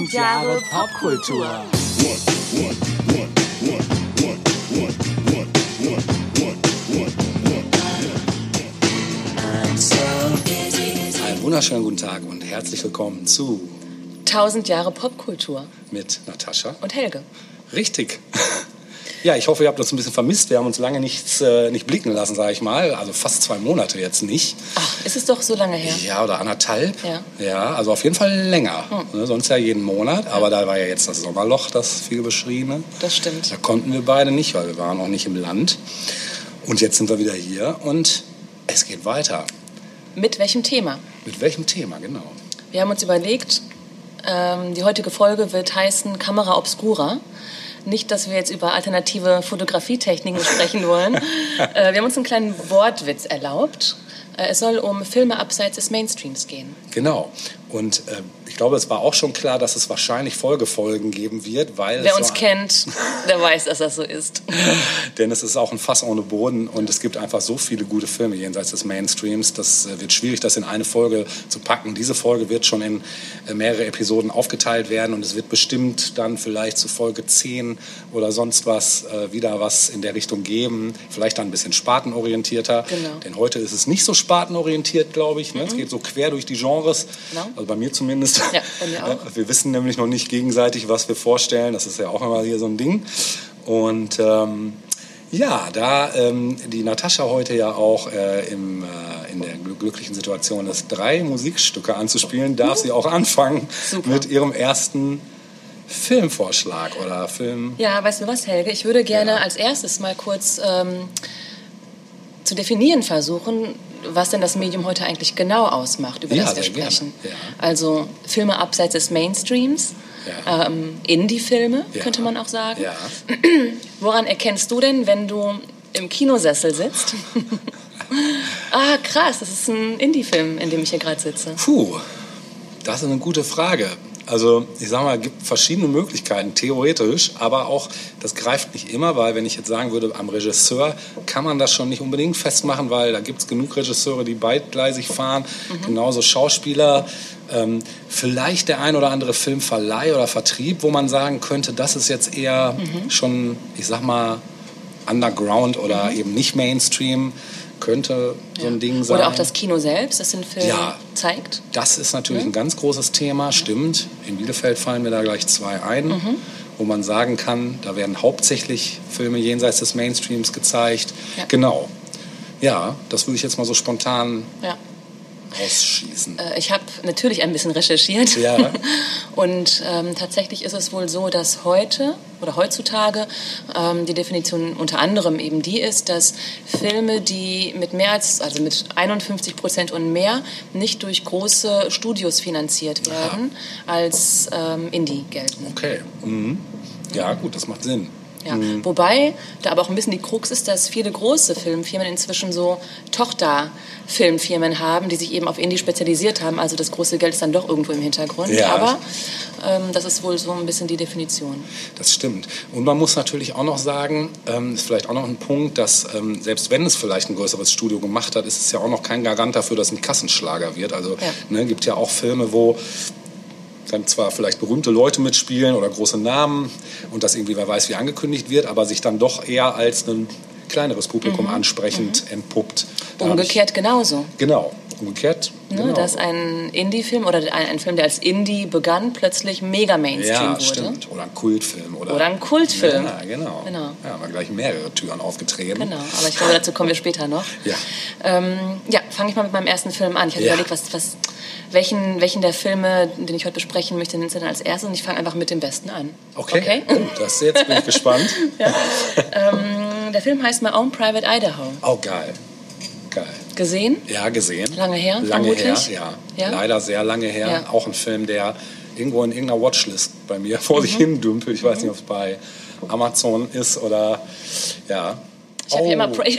1000 Jahre Popkultur. Einen wunderschönen guten Tag und herzlich willkommen zu 1000 Jahre Popkultur. Mit Natascha und Helge. Richtig. Ja, ich hoffe, ihr habt uns ein bisschen vermisst. Wir haben uns lange nicht blicken lassen, sage ich mal. Also fast 2 Monate jetzt nicht. Ach, ist es doch so lange her? Ja, oder 1,5. Ja, also auf jeden Fall länger. Ne, sonst ja jeden Monat. Aber da war ja jetzt das Sommerloch, das viel beschriebene. Das stimmt. Da konnten wir beide nicht, weil wir waren noch nicht im Land. Und jetzt sind wir wieder hier und es geht weiter. Mit welchem Thema? Mit welchem Thema, genau. Wir haben uns überlegt, die heutige Folge wird heißen Camera Obscura. Nicht, dass wir jetzt über alternative Fotografietechniken sprechen wollen. Wir haben uns einen kleinen Wortwitz erlaubt. Es soll um Filme abseits des Mainstreams gehen. Genau. Und ich glaube, es war auch schon klar, dass es wahrscheinlich Folgen geben wird, weil... Wer uns kennt, der weiß, dass das so ist. Denn es ist auch ein Fass ohne Boden und es gibt einfach so viele gute Filme jenseits des Mainstreams. Das wird schwierig, das in eine Folge zu packen. Diese Folge wird schon in mehrere Episoden aufgeteilt werden und es wird bestimmt dann vielleicht zu Folge 10 oder sonst was wieder was in der Richtung geben. Vielleicht dann ein bisschen spartenorientierter. Genau. Denn heute ist es nicht so spartenorientiert, glaube ich. Ne? Es geht so quer durch die Genres. Genau. Also bei mir zumindest. Ja, bei mir auch. Wir wissen nämlich noch nicht gegenseitig, was wir vorstellen. Das ist ja auch immer hier so ein Ding. Und da die Natascha heute ja auch in der glücklichen Situation ist, 3 Musikstücke anzuspielen, darf sie auch anfangen. Super. Mit ihrem ersten Filmvorschlag oder Film. Ja, weißt du was, Helge? Ich würde gerne als erstes mal kurz zu definieren versuchen, was denn das Medium heute eigentlich genau ausmacht, über das wir sprechen. Ja. Also Filme abseits des Mainstreams, Indie-Filme, könnte man auch sagen. Ja. Woran erkennst du denn, wenn du im Kinosessel sitzt? Ah, krass, das ist ein Indie-Film, in dem ich hier gerade sitze. Puh, das ist eine gute Frage. Also ich sag mal, es gibt verschiedene Möglichkeiten, theoretisch, aber auch, das greift nicht immer, weil wenn ich jetzt sagen würde, am Regisseur kann man das schon nicht unbedingt festmachen, weil da gibt es genug Regisseure, die beidgleisig fahren, genauso Schauspieler, vielleicht der ein oder andere Filmverleih oder Vertrieb, wo man sagen könnte, das ist jetzt eher schon, ich sag mal, Underground oder eben nicht Mainstream. Könnte so ein Ding sein. Oder auch das Kino selbst, das den Film zeigt. Das ist natürlich ein ganz großes Thema, stimmt. In Bielefeld fallen mir da gleich 2 ein, wo man sagen kann, da werden hauptsächlich Filme jenseits des Mainstreams gezeigt. Ja. Genau. Ja, das würde ich jetzt mal so spontan rausschießen. Ich habe natürlich ein bisschen recherchiert. Ja. Und tatsächlich ist es wohl so, dass heutzutage die Definition unter anderem eben die ist, dass Filme, die mit mehr als, also mit 51% und mehr, nicht durch große Studios finanziert werden, als Indie gelten. Okay. Ja, gut, das macht Sinn. Ja. Wobei da aber auch ein bisschen die Krux ist, dass viele große Filmfirmen inzwischen so Tochterfilmfirmen haben, die sich eben auf Indie spezialisiert haben. Also das große Geld ist dann doch irgendwo im Hintergrund. Ja. Aber das ist wohl so ein bisschen die Definition. Das stimmt. Und man muss natürlich auch noch sagen, ist vielleicht auch noch ein Punkt, dass selbst wenn es vielleicht ein größeres Studio gemacht hat, ist es ja auch noch kein Garant dafür, dass ein Kassenschlager wird. Also gibt ja auch Filme, wo dann zwar vielleicht berühmte Leute mitspielen oder große Namen und das irgendwie, wer weiß, wie angekündigt wird, aber sich dann doch eher als ein kleineres Publikum ansprechend entpuppt. Umgekehrt genauso. Genau, umgekehrt. Genau. Dass ein Indie-Film oder ein Film, der als Indie begann, plötzlich mega Mainstream wurde. Ja, stimmt. Oder ein Kultfilm. Oder ein Kultfilm. Ja, genau. Ja, haben wir gleich mehrere Türen aufgetreten. Genau, aber ich glaube, dazu kommen wir später noch. Ja. Fange ich mal mit meinem ersten Film an. Ich hatte überlegt, welchen der Filme, den ich heute besprechen möchte, nennst du denn als erstes? Und ich fange einfach mit dem besten an. Okay? Jetzt bin ich gespannt. Der Film heißt My Own Private Idaho. Oh, geil. Gesehen? Ja, gesehen. Lange her, vermutlich? Ja. Leider sehr lange her. Ja. Auch ein Film, der irgendwo in irgendeiner Watchlist bei mir vor sich hin dümpelt. Ich weiß nicht, ob es bei Amazon ist oder ja. Ich habe hier immer das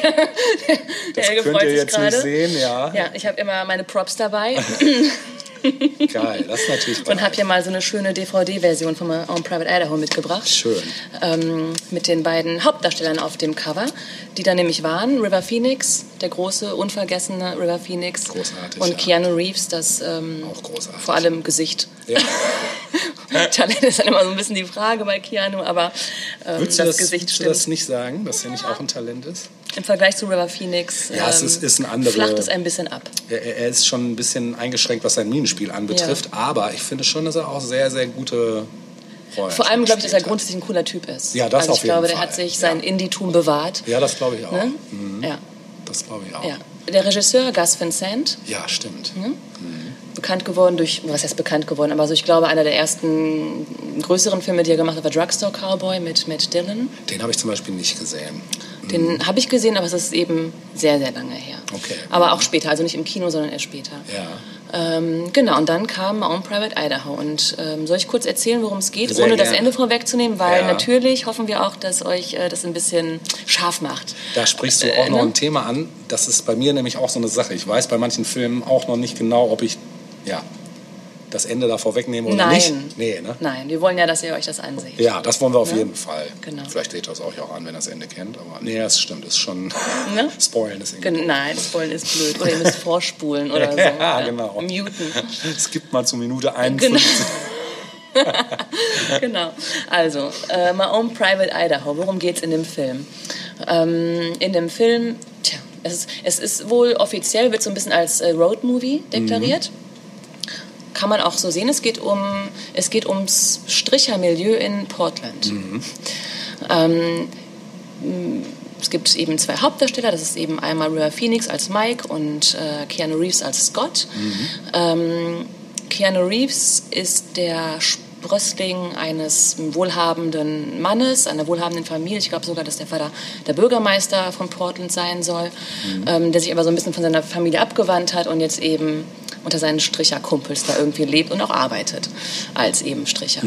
könnt ihr jetzt nicht sehen, Ja, ich habe immer meine Props dabei. Geil, das ist natürlich geil. Und habe hier mal so eine schöne DVD-Version von My Own Private Idaho mitgebracht. Schön. Mit den beiden Hauptdarstellern auf dem Cover, die da nämlich waren River Phoenix, der große, unvergessene River Phoenix. Großartig, und Keanu Reeves, das auch großartig. vor allem Gesicht. Ja. Talent ist dann immer so ein bisschen die Frage bei Keanu, aber Würdest das Gesicht du das nicht sagen, dass er nicht auch ein Talent ist? Im Vergleich zu River Phoenix es ist ein andere, flacht es ein bisschen ab. Er ist schon ein bisschen eingeschränkt, was sein Mimenspiel anbetrifft, aber ich finde schon, dass er auch sehr, sehr gute Rollen Vor allem glaube ich, dass er hat. grundsätzlich ein cooler Typ ist. Ja, das also auf jeden Fall. Ich glaube, der hat sich sein Indie-Tum bewahrt. Ja, das glaube ich auch. Ne? Mhm. Ja. Das glaube ich auch. Ja. Der Regisseur Gus Van Sant. Ja, stimmt. Bekannt geworden durch, was heißt bekannt geworden, aber so ich glaube, einer der ersten größeren Filme, die er gemacht hat, war Drugstore Cowboy mit Matt Dillon. Den habe ich zum Beispiel nicht gesehen. Den habe ich gesehen, aber es ist eben sehr, sehr lange her. Okay. Aber auch später, also nicht im Kino, sondern erst später. Ja. Genau, und dann kam My Own Private Idaho. Und soll ich kurz erzählen, worum es geht, Sehr ohne gerne. das Ende vorwegzunehmen? Weil Ja. natürlich hoffen wir auch, dass euch das ein bisschen scharf macht. Da sprichst du auch noch ein Thema an. Das ist bei mir nämlich auch so eine Sache. Ich weiß bei manchen Filmen auch noch nicht genau, ob ich das Ende da vorwegnehme oder nicht. Nee, ne? Nein, wir wollen ja, dass ihr euch das anseht. Ja, das wollen wir auf jeden Fall. Genau. Vielleicht seht ihr das euch auch an, wenn ihr das Ende kennt. Aber nee, das stimmt. Das ist schon Ne? Spoilen ist irgendwie. Nein, Spoilen ist blöd. Oder ihr müsst vorspulen oder so. Ja, genau. Muten. Es gibt mal zu Minute 51. Genau. Also, My Own Private Idaho. Worum geht's in dem Film? In dem Film, es ist wohl offiziell, wird so ein bisschen als Roadmovie deklariert. Kann man auch so sehen. Es geht ums Strichermilieu in Portland. Es gibt eben zwei Hauptdarsteller. Das ist eben einmal River Phoenix als Mike und Keanu Reeves als Scott. Keanu Reeves ist der Sprössling eines wohlhabenden Mannes, einer wohlhabenden Familie. Ich glaube sogar, dass der Vater der Bürgermeister von Portland sein soll, der sich aber so ein bisschen von seiner Familie abgewandt hat und jetzt eben unter seinen Stricherkumpels da irgendwie lebt und auch arbeitet als eben Stricher.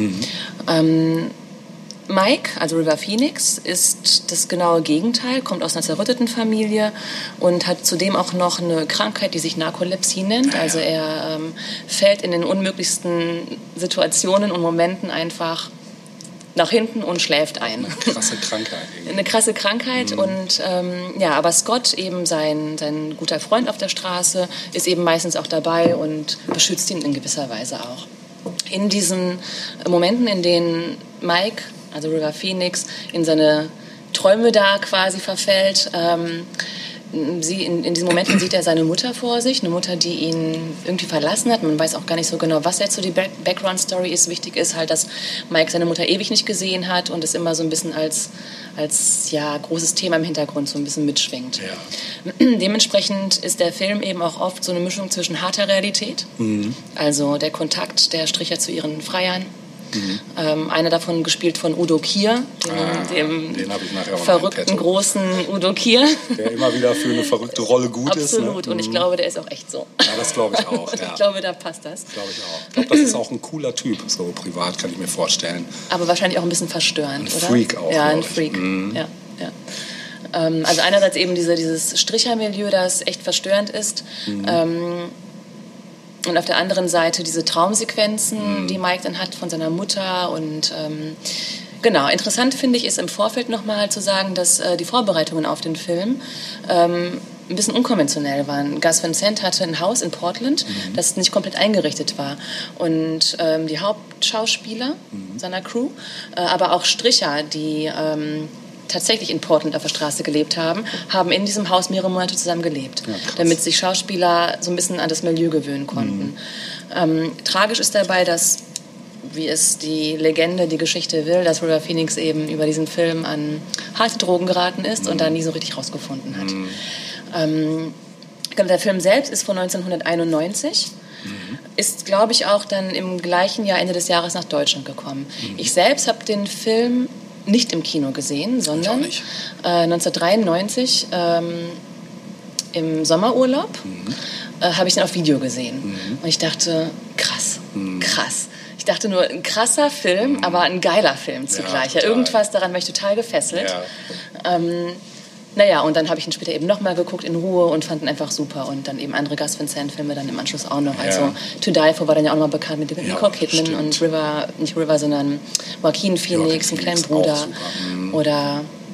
Mike, also River Phoenix, ist das genaue Gegenteil, kommt aus einer zerrütteten Familie und hat zudem auch noch eine Krankheit, die sich Narkolepsie nennt. Also er fällt in den unmöglichsten Situationen und Momenten einfach nach hinten und schläft ein. Eine krasse Krankheit. Eine krasse Krankheit und aber Scott, eben sein guter Freund auf der Straße, ist eben meistens auch dabei und beschützt ihn in gewisser Weise auch. In diesen Momenten, in denen Mike, also River Phoenix, in seine Träume da quasi verfällt, in diesen Momenten sieht er seine Mutter vor sich, eine Mutter, die ihn irgendwie verlassen hat. Man weiß auch gar nicht so genau, was jetzt so die Background-Story ist. Wichtig ist halt, dass Mike seine Mutter ewig nicht gesehen hat und es immer so ein bisschen als großes Thema im Hintergrund so ein bisschen mitschwingt. Ja. Dementsprechend ist der Film eben auch oft so eine Mischung zwischen harter Realität, also der Kontakt der Stricher zu ihren Freiern. Einer davon gespielt von Udo Kier, dem den habe ich nachher auch verrückten großen Udo Kier. Der immer wieder für eine verrückte Rolle gut ist. Absolut, und ich glaube, der ist auch echt so. Ja, das glaube ich auch. Ich glaube, da passt das. Glaube ich auch. Ich glaube, das ist auch ein cooler Typ, so privat, kann ich mir vorstellen. Aber wahrscheinlich auch ein bisschen verstörend, ein oder? Freak auch. Ja, ein Freak. Ja. Also einerseits eben dieses Strichermilieu, das echt verstörend ist. Und auf der anderen Seite diese Traumsequenzen, die Mike dann hat von seiner Mutter. Und genau, interessant finde ich, ist im Vorfeld nochmal zu sagen, dass die Vorbereitungen auf den Film ein bisschen unkonventionell waren. Gus Van Sant hatte ein Haus in Portland, das nicht komplett eingerichtet war. Und die Hauptschauspieler seiner Crew, aber auch Stricher, die tatsächlich in Portland auf der Straße gelebt haben in diesem Haus mehrere Monate zusammen gelebt, damit sich Schauspieler so ein bisschen an das Milieu gewöhnen konnten. Tragisch ist dabei, dass, wie es die Legende, die Geschichte will, dass River Phoenix eben über diesen Film an harte Drogen geraten ist und da nie so richtig rausgefunden hat. Der Film selbst ist von 1991. Ist, glaube ich, auch dann im gleichen Jahr, Ende des Jahres, nach Deutschland gekommen. Ich selbst habe den Film nicht im Kino gesehen, sondern 1993 im Sommerurlaub habe ich den auf Video gesehen. Und ich dachte, krass. Ich dachte nur, ein krasser Film, aber ein geiler Film zugleich. Ja, irgendwas daran war ich total gefesselt. Ja. Und dann habe ich ihn später eben nochmal geguckt in Ruhe und fand ihn einfach super. Und dann eben andere Gus Van Sant-Filme dann im Anschluss auch noch. Also To Die For war dann ja auch nochmal bekannt mit Nicole Kidman und nicht River, sondern Joaquin Phoenix, einen kleinen Bruder. Oder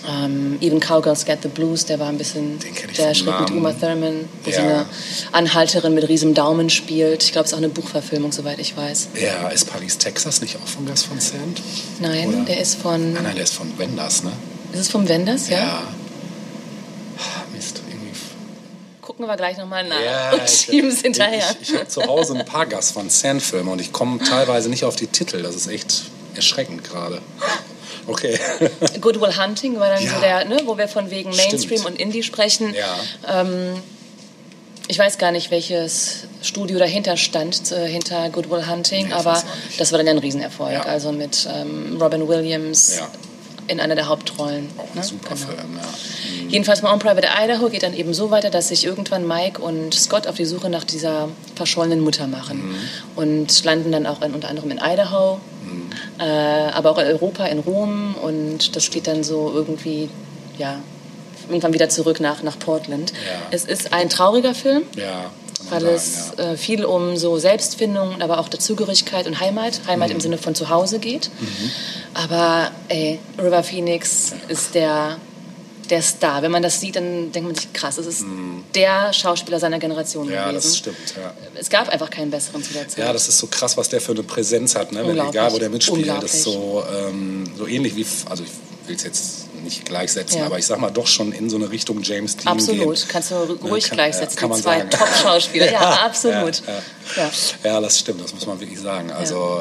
Even Cowgirls Get the Blues, der war ein bisschen, der schrieb mit Uma Thurman, wo sie eine Anhalterin mit riesigem Daumen spielt. Ich glaube, es ist auch eine Buchverfilmung, soweit ich weiß. Ja, ist Paris, Texas nicht auch von Gus Van Sant? Nein, oder? Der ist von... Nein, der ist von Wenders, ne? Ist es vom Wenders, ja? Ja. Mist, irgendwie... Gucken wir gleich nochmal nach und schieben es hinterher. Ich habe zu Hause ein paar Gus Van Sant-Filme und ich komme teilweise nicht auf die Titel. Das ist echt erschreckend gerade. Okay. Good Will Hunting war dann so der, ne, wo wir von wegen Mainstream und Indie sprechen. Ja. Ich weiß gar nicht, welches Studio dahinter stand, hinter Good Will Hunting, aber das war dann ja ein Riesenerfolg. Ja. Also mit Robin Williams in einer der Hauptrollen. Auch ein super Film, ja. Jedenfalls bei On Private Idaho geht dann eben so weiter, dass sich irgendwann Mike und Scott auf die Suche nach dieser verschollenen Mutter machen. Und landen dann auch unter anderem in Idaho. Aber auch in Europa, in Rom, und das geht dann so irgendwie, irgendwann wieder zurück nach Portland. Ja. Es ist ein trauriger Film, weil es viel um so Selbstfindung, aber auch Dazugehörigkeit und Heimat im Sinne von zu Hause geht. Aber River Phoenix ist der Star. Wenn man das sieht, dann denkt man sich, krass, es ist der Schauspieler seiner Generation gewesen. Ja, das stimmt. Ja. Es gab einfach keinen besseren zu der Zeit. Ja, das ist so krass, was der für eine Präsenz hat. Ne? Egal, wo der mitspielt. Das ist so ähnlich wie, also ich will es jetzt nicht gleichsetzen, aber ich sag mal doch schon in so eine Richtung James Dean absolut, gehen. Kannst du ruhig gleichsetzen. Kann man die zwei Top-Schauspieler. Ja, absolut. Ja, das stimmt, das muss man wirklich sagen. Also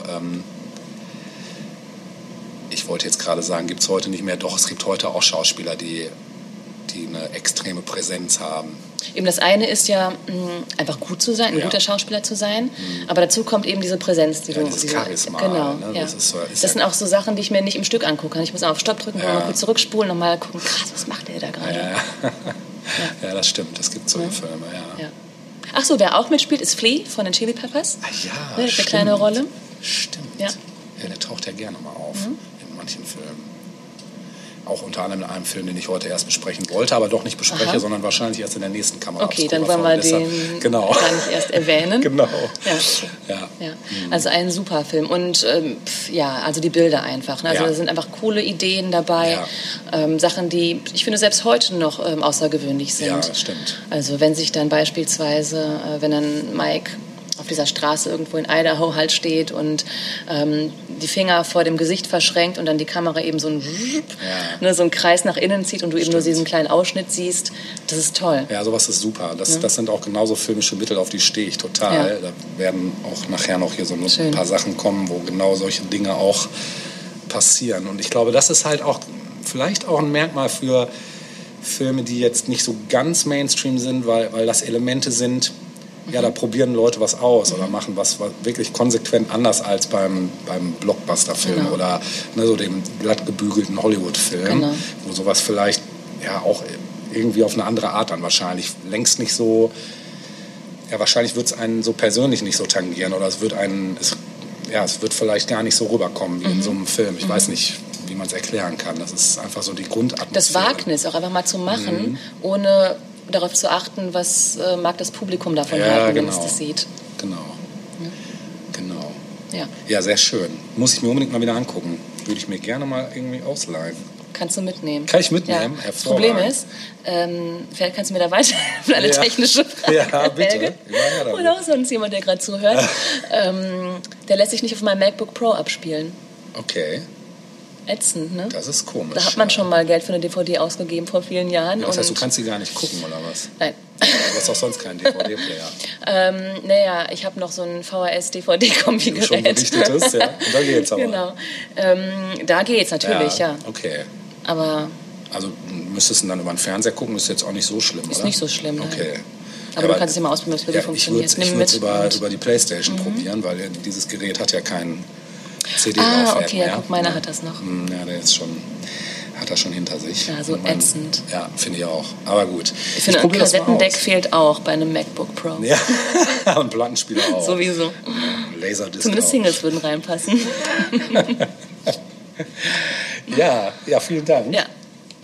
ich wollte jetzt gerade sagen, gibt es heute nicht mehr. Doch, es gibt heute auch Schauspieler, die eine extreme Präsenz haben. Eben das eine ist ja einfach gut zu sein, ein guter Schauspieler zu sein, aber dazu kommt eben diese Präsenz, dieses Charisma. Genau, ne? Das sind auch so Sachen, die ich mir nicht im Stück angucke. Ich muss auf Stopp drücken, mal kurz zurückspulen und mal gucken, krass, was macht der da gerade? Ja, das stimmt, es gibt so Filme, ja. Ach so, wer auch mitspielt, ist Flea von den Chili Peppers. Ja, eine kleine Rolle. Stimmt. Ja, der taucht ja gerne mal auf in manchen Filmen. Auch unter anderem in einem Film, den ich heute erst besprechen wollte, aber doch nicht bespreche, sondern wahrscheinlich erst in der nächsten Kamera. Okay, dann wollen wir den gar nicht erst erwähnen. Genau. Ja. Also ein super Film. Und also die Bilder einfach. Ne? Also da sind einfach coole Ideen dabei. Ja. Sachen, die ich finde selbst heute noch außergewöhnlich sind. Ja, das stimmt. Also wenn sich dann beispielsweise, wenn dann Mike auf dieser Straße irgendwo in Idaho halt steht und die Finger vor dem Gesicht verschränkt und dann die Kamera eben so einen Kreis nach innen zieht und du eben nur diesen kleinen Ausschnitt siehst, das ist toll. Ja, sowas ist super. Das sind auch genauso filmische Mittel, auf die stehe ich total. Ja. Da werden auch nachher noch hier so ein paar Sachen kommen, wo genau solche Dinge auch passieren. Und ich glaube, das ist halt auch vielleicht auch ein Merkmal für Filme, die jetzt nicht so ganz Mainstream sind, weil das Elemente sind, da probieren Leute was aus oder machen was wirklich konsequent anders als beim Blockbuster-Film oder so dem glatt gebügelten Hollywood-Film, wo sowas vielleicht auch irgendwie auf eine andere Art dann wahrscheinlich längst nicht so, wahrscheinlich wird es einen so persönlich nicht so tangieren oder es wird vielleicht gar nicht so rüberkommen wie in so einem Film. Ich weiß nicht, wie man es erklären kann. Das ist einfach so die Grundatmosphäre. Das Wagnis auch einfach mal zu machen, ohne darauf zu achten, was mag das Publikum davon halten, wenn es das sieht. Genau. Ja, sehr schön. Muss ich mir unbedingt mal wieder angucken. Würde ich mir gerne mal irgendwie ausleihen. Kannst du mitnehmen. Kann ich mitnehmen? Ja. Das Problem ist, vielleicht kannst du mir da weiter eine technische Frage Ja, bitte. Oder auch sonst jemand, der gerade zuhört. Der lässt sich nicht auf meinem MacBook Pro abspielen. Okay. Ätzend, ne? Das ist komisch. Da hat man schon mal Geld für eine DVD ausgegeben vor vielen Jahren. Ja, das heißt, du kannst sie gar nicht gucken, oder was? Nein. Du hast doch sonst keinen DVD-Player. Ich habe noch so ein VHS-DVD-Kombi-Gerät. Schon berichtet ist, ja. Und da geht's aber. Genau. Da geht's natürlich, ja. Okay. Aber... Also müsstest du dann über den Fernseher gucken, ist jetzt auch nicht so schlimm, ist oder? Nicht so schlimm, nein. Okay. Aber du kannst es ja mal ausprobieren, ob es wirklich funktioniert. Ich würde es über die Playstation probieren, weil dieses Gerät hat ja keinen CD-Laufwerk okay, mehr. Ja, guck, meiner hat das noch. Ja, der ist hat er schon hinter sich. Ja, so ätzend. Ja, finde ich auch. Aber gut. Ich finde, ein Kassettendeck fehlt auch bei einem MacBook Pro. Ja, und Plattenspieler auch. Sowieso. Laserdisc zumindest Singles würden reinpassen. Ja, vielen Dank. Ja.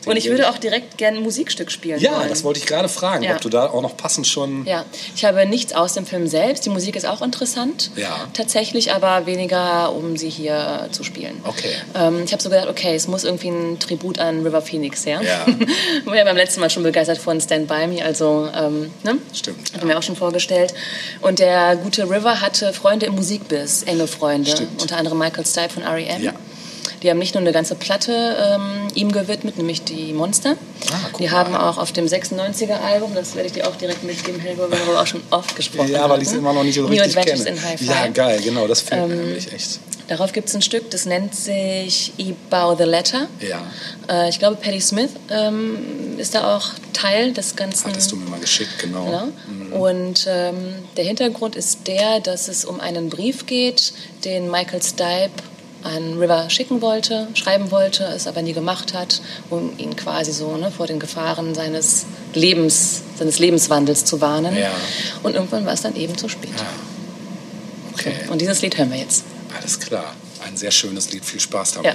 Und ich würde auch direkt gerne ein Musikstück spielen wollen. Ja, das wollte ich gerade fragen, ob du da auch noch passend schon... Ja, ich habe nichts aus dem Film selbst. Die Musik ist auch interessant, tatsächlich, aber weniger, um sie hier zu spielen. Okay. Ich habe so gedacht, okay, es muss irgendwie ein Tribut an River Phoenix her. Ja. Wir waren beim letzten Mal schon begeistert von Stand By Me, also, ne? Stimmt. Hatten wir auch schon vorgestellt. Und der gute River hatte Freunde im Musikbiz, enge Freunde. Stimmt. Unter anderem Michael Stipe von R.E.M. Ja. Die haben nicht nur eine ganze Platte ihm gewidmet, nämlich die Monster. Die haben auch auf dem 96er-Album, das werde ich dir auch direkt mitgeben, Helga, weil wir auch schon oft gesprochen haben. Ja, weil ich es immer noch nicht so New richtig Adventures kenne. in Hi-Fi. Ja, geil, genau, das fehlt mir nämlich echt. Darauf gibt es ein Stück, das nennt sich E. Bow the Letter. Ja. Ich glaube, Patti Smith ist da auch Teil des Ganzen. Hattest du mir mal geschickt, genau. Mhm. Und der Hintergrund ist der, dass es um einen Brief geht, den Michael Stipe an River schreiben wollte, es aber nie gemacht hat, um ihn quasi so vor den Gefahren seines Lebenswandels zu warnen. Ja. Und irgendwann war es dann eben zu spät. Ah. Okay. Und dieses Lied hören wir jetzt. Alles klar. Ein sehr schönes Lied. Viel Spaß dabei. Ja.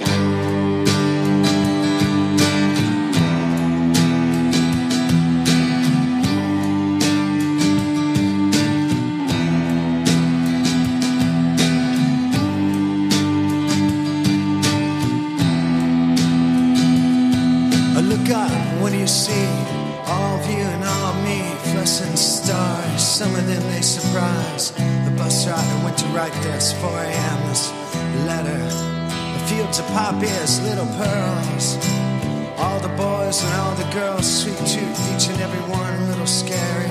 Some of them they surprise. The bus rider went to write this 4 a.m. this letter. The fields of poppies, little pearls. All the boys and all the girls, sweet tooth, each and every one a little scary.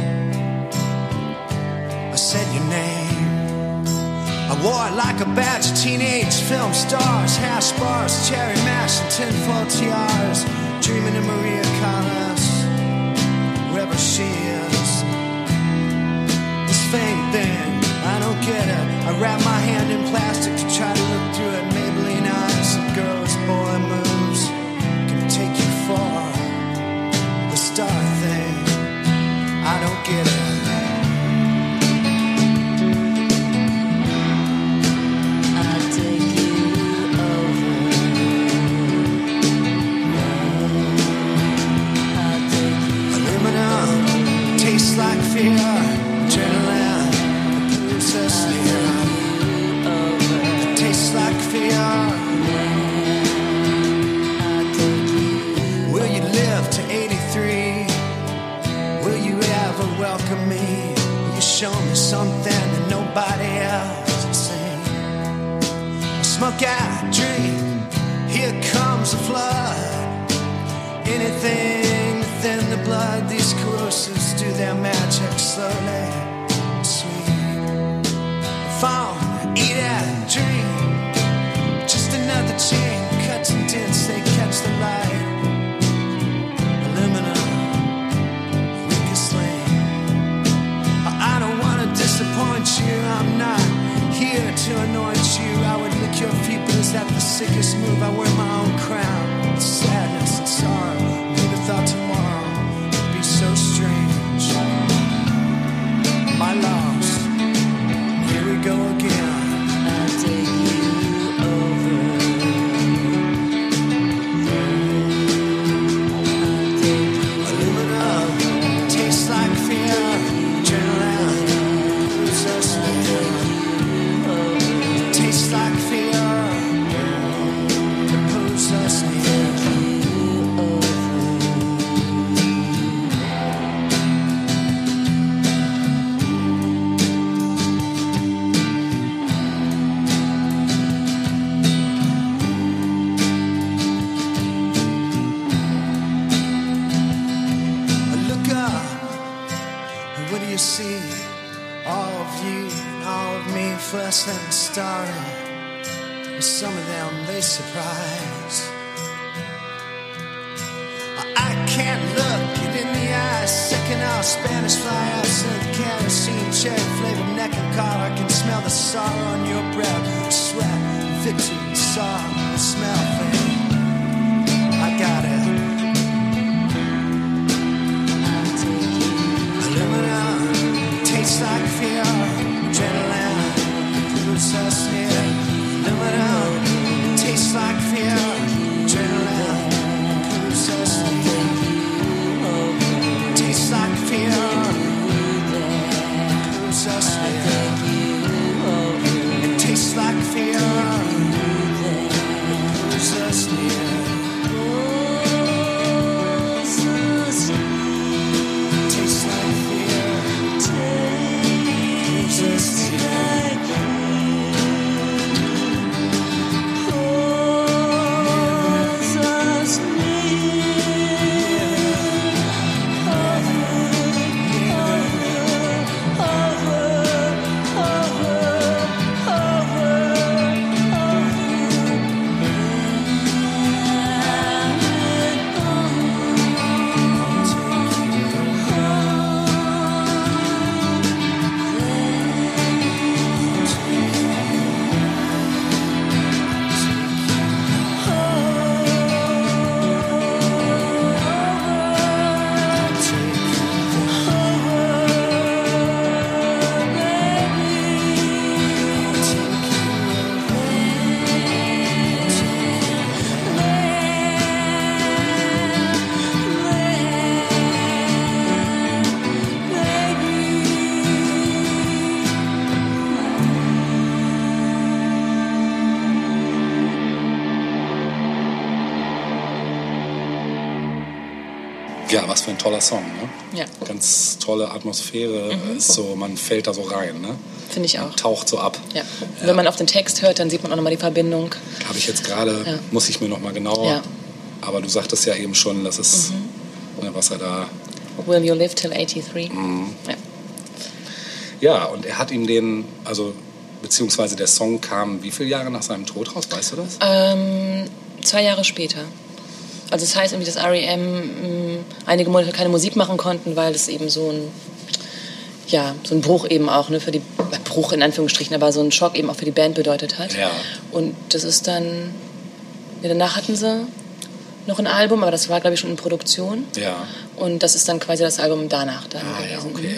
I said your name. I wore it like a badge of teenage film stars, hash bars, cherry mash, and tinfoil tiaras. Dreaming of Maria Callas, wherever she is. Fame thing, I don't get it. I wrap my hand in plastic to try to look through it. Maybelline eyes and girls, boy moves can take you far. The star thing, I don't get it. I'll take you over. I'll take you. Aluminum tastes like fear. Adrenaline, pulls us near. It tastes like fear. Will you live to 83? Will you ever welcome me? Will you show me something that nobody else has seen? I smoke out, drink, here comes the flood. Anything within the blood, these corrosives do their magic slowly. Phone, eat and drink. Just another chain, cuts and dents, they catch the light. Aluminum, weakest link. I don't want to disappoint you, I'm not here to anoint you. I would lick your feet, but is that the sickest move? I wear my own crown. Sadness and sorrow, who'd have thought tomorrow would be so strange. My loss. Here we go again. I'll take you over. I'll take you. Aluminum tastes like fear. Adrenaline pulls us near. It tastes like fear. It pulls us near. Less than starry, and some of them they surprise. I can't look it in the eyes. Second off Spanish fly outside kerosene, cherry flavored neck and collar. I can smell the sorrow on your breath, sweat, victory, sorrow, the smell thing. I got it. Aluminum tastes like fear, adrenaline. Us near. Aluminum tastes like fear. Adrenaline pulls Ja, was für ein toller Song, ne? Ja. Ganz tolle Atmosphäre, ist so, man fällt da so rein, ne? Finde ich auch. Man taucht so ab. Ja. Wenn man auf den Text hört, dann sieht man auch nochmal die Verbindung. Habe ich jetzt gerade, muss ich mir nochmal genauer. Ja. Aber du sagtest ja eben schon, das ist, ne, was er da... Will You Live Till 83. Ja. Ja, und er hat ihm den, also beziehungsweise der Song kam wie viele Jahre nach seinem Tod raus, weißt du das? 2 Jahre später. Also das heißt irgendwie, dass R.E.M. einige Monate keine Musik machen konnten, weil es eben so ein Bruch eben auch, ne, für die Bruch in Anführungsstrichen, aber so ein Schock eben auch für die Band bedeutet hat. Ja. Und das ist dann, danach hatten sie noch ein Album, aber das war, glaube ich, schon in Produktion. Ja. Und das ist dann quasi das Album danach dann Ja, gewesen. okay.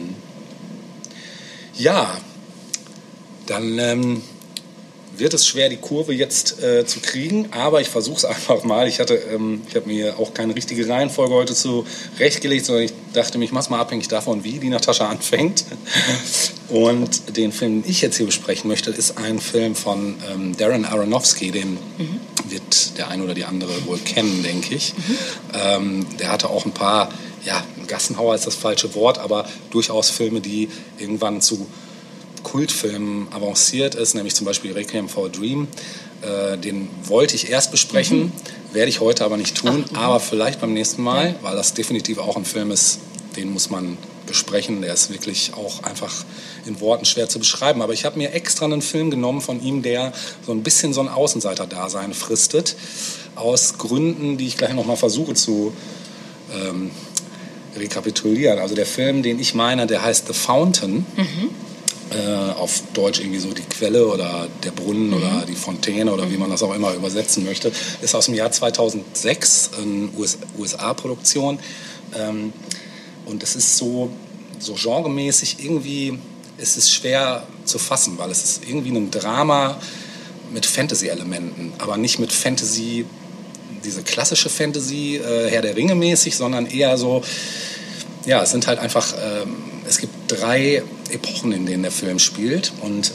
Ja, dann wird es schwer, die Kurve jetzt zu kriegen, aber ich versuche es einfach mal. Ich habe mir auch keine richtige Reihenfolge heute zurechtgelegt, sondern ich dachte mir, ich mache es mal abhängig davon, wie die Natascha anfängt. Und den Film, den ich jetzt hier besprechen möchte, ist ein Film von Darren Aronofsky, den wird der eine oder die andere wohl kennen, denke ich. Der hatte auch ein paar, Gassenhauer ist das falsche Wort, aber durchaus Filme, die irgendwann zu Kultfilm avanciert ist, nämlich zum Beispiel Requiem for a Dream. Den wollte ich erst besprechen, werde ich heute aber nicht tun, aber vielleicht beim nächsten Mal, weil das definitiv auch ein Film ist, den muss man besprechen. Der ist wirklich auch einfach in Worten schwer zu beschreiben. Aber ich habe mir extra einen Film genommen von ihm, der so ein bisschen so ein Außenseiter-Dasein fristet, aus Gründen, die ich gleich nochmal versuche zu rekapitulieren. Also der Film, den ich meine, der heißt The Fountain. Auf Deutsch irgendwie so die Quelle oder der Brunnen oder die Fontäne oder wie man das auch immer übersetzen möchte, ist aus dem Jahr 2006, eine USA-Produktion. Und es ist so genremäßig, irgendwie ist es schwer zu fassen, weil es ist irgendwie ein Drama mit Fantasy-Elementen, aber nicht mit Fantasy, diese klassische Fantasy, Herr der Ringe mäßig, sondern eher so, es sind halt einfach, es gibt 3 Epochen, in denen der Film spielt und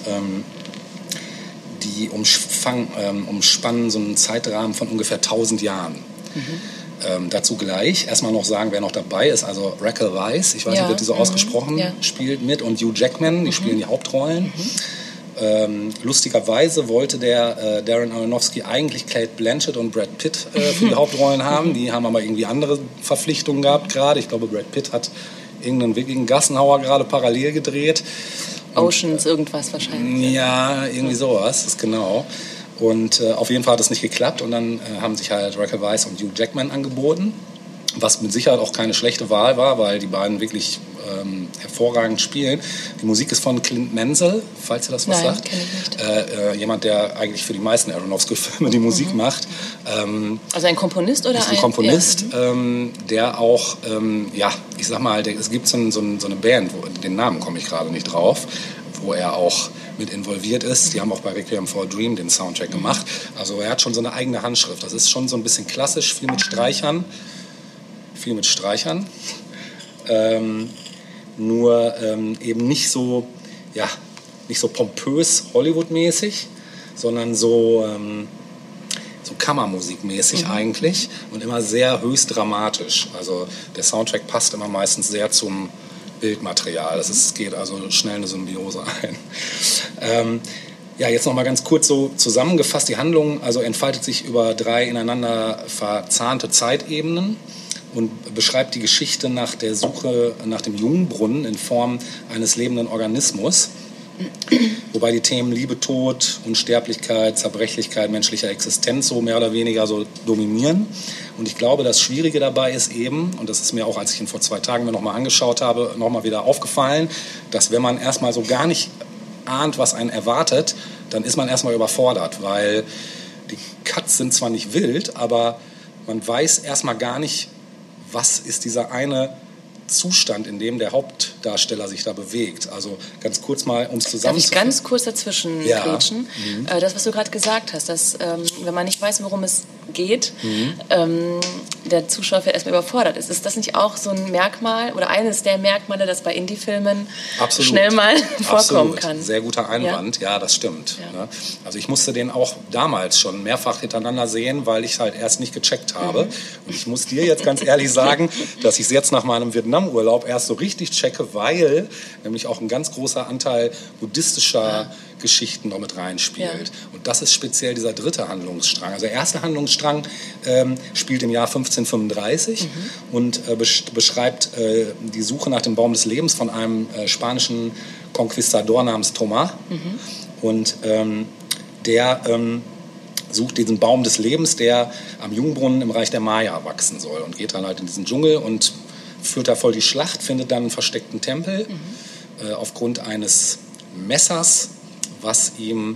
die umspannen so einen Zeitrahmen von ungefähr 1000 Jahren. Dazu gleich erstmal noch sagen, wer noch dabei ist. Also Rachel Weisz, ich weiß nicht, wird die so ausgesprochen, spielt mit, und Hugh Jackman, die spielen die Hauptrollen. Lustigerweise wollte der Darren Aronofsky eigentlich Cate Blanchett und Brad Pitt für die Hauptrollen haben. Die haben aber irgendwie andere Verpflichtungen gehabt gerade. Ich glaube, Brad Pitt hat irgendeinen wirklichen Gassenhauer gerade parallel gedreht. Oceans, irgendwas wahrscheinlich. Ja, irgendwie sowas, das ist genau. Und auf jeden Fall hat es nicht geklappt und dann haben sich halt Rachel Weisz und Hugh Jackman angeboten, was mit Sicherheit auch keine schlechte Wahl war, weil die beiden wirklich hervorragend spielen. Die Musik ist von Clint Mansell, falls ihr das was sagt. Nein, kenne ich nicht. Jemand, der eigentlich für die meisten Aronofsky-Filme die Musik macht. Also ein Komponist oder ist ein Komponist, der auch, ich sag mal, es gibt so eine Band, den Namen komme ich gerade nicht drauf, wo er auch mit involviert ist. Die haben auch bei Requiem for a Dream den Soundtrack gemacht. Also er hat schon so eine eigene Handschrift. Das ist schon so ein bisschen klassisch, viel mit Streichern. Nur eben nicht so pompös Hollywood-mäßig, sondern so Kammermusikmäßig eigentlich und immer sehr höchst dramatisch. Also der Soundtrack passt immer meistens sehr zum Bildmaterial. Es geht also schnell eine Symbiose ein. Jetzt noch mal ganz kurz so zusammengefasst. Die Handlung also entfaltet sich über 3 ineinander verzahnte Zeitebenen und beschreibt die Geschichte nach der Suche nach dem Jungbrunnen in Form eines lebenden Organismus, wobei die Themen Liebe, Tod, Unsterblichkeit, Zerbrechlichkeit, menschlicher Existenz so mehr oder weniger so dominieren. Und ich glaube, das Schwierige dabei ist eben, und das ist mir auch, als ich ihn vor 2 Tagen mir nochmal angeschaut habe, nochmal wieder aufgefallen, dass wenn man erstmal so gar nicht ahnt, was einen erwartet, dann ist man erstmal überfordert, weil die Cuts sind zwar nicht wild, aber man weiß erstmal gar nicht, was ist dieser eine Zustand, in dem der Hauptdarsteller sich da bewegt. Also ganz kurz mal, um es Darf zusammenzufassen. ich ganz kurz dazwischen grätschen? Das, was du gerade gesagt hast, dass wenn man nicht weiß, worum es geht, der Zuschauer wird erstmal überfordert ist. Ist das nicht auch so ein Merkmal oder eines der Merkmale, das bei Indie-Filmen schnell mal vorkommen kann? Sehr guter Einwand, ja, das stimmt. Ja. Also ich musste den auch damals schon mehrfach hintereinander sehen, weil ich es halt erst nicht gecheckt habe. Und ich muss dir jetzt ganz ehrlich sagen, dass ich es jetzt nach meinem Vietnam-Urlaub erst so richtig checke, weil nämlich auch ein ganz großer Anteil buddhistischer Geschichten noch mit reinspielt. Ja. Und das ist speziell dieser dritte Handlungsstrang. Also der erste Handlungsstrang spielt im Jahr 1535 und beschreibt die Suche nach dem Baum des Lebens von einem spanischen Konquistador namens Tomás. Und der sucht diesen Baum des Lebens, der am Jungbrunnen im Reich der Maya wachsen soll, und geht dann halt in diesen Dschungel und führt da voll die Schlacht, findet dann einen versteckten Tempel aufgrund eines Messers, was ihm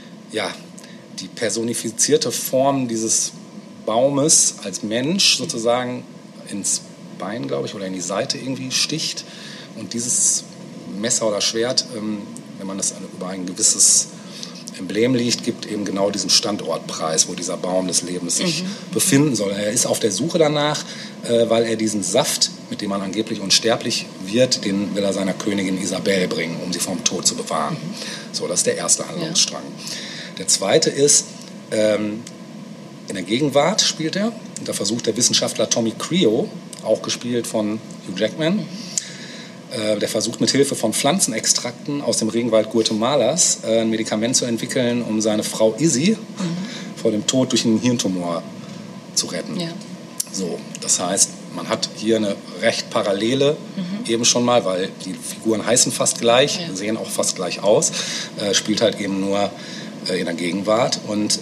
die personifizierte Form dieses Baumes als Mensch sozusagen ins Bein, glaube ich, oder in die Seite irgendwie sticht. Und dieses Messer oder Schwert, wenn man das über ein gewisses Emblem liegt, gibt eben genau diesen Standortpreis, wo dieser Baum des Lebens sich befinden soll. Er ist auf der Suche danach, weil er diesen Saft, mit dem man angeblich unsterblich wird, den will er seiner Königin Isabel bringen, um sie vom Tod zu bewahren. So, das ist der erste Handlungsstrang. Der zweite ist, in der Gegenwart spielt er, und da versucht der Wissenschaftler Tommy Creo, auch gespielt von Hugh Jackman, der versucht mit Hilfe von Pflanzenextrakten aus dem Regenwald Guatemalas ein Medikament zu entwickeln, um seine Frau Izzy vor dem Tod durch einen Hirntumor zu retten. Ja. So, das heißt, man hat hier eine recht Parallele eben schon mal, weil die Figuren heißen fast gleich, sehen auch fast gleich aus, spielt halt eben nur in der Gegenwart. Und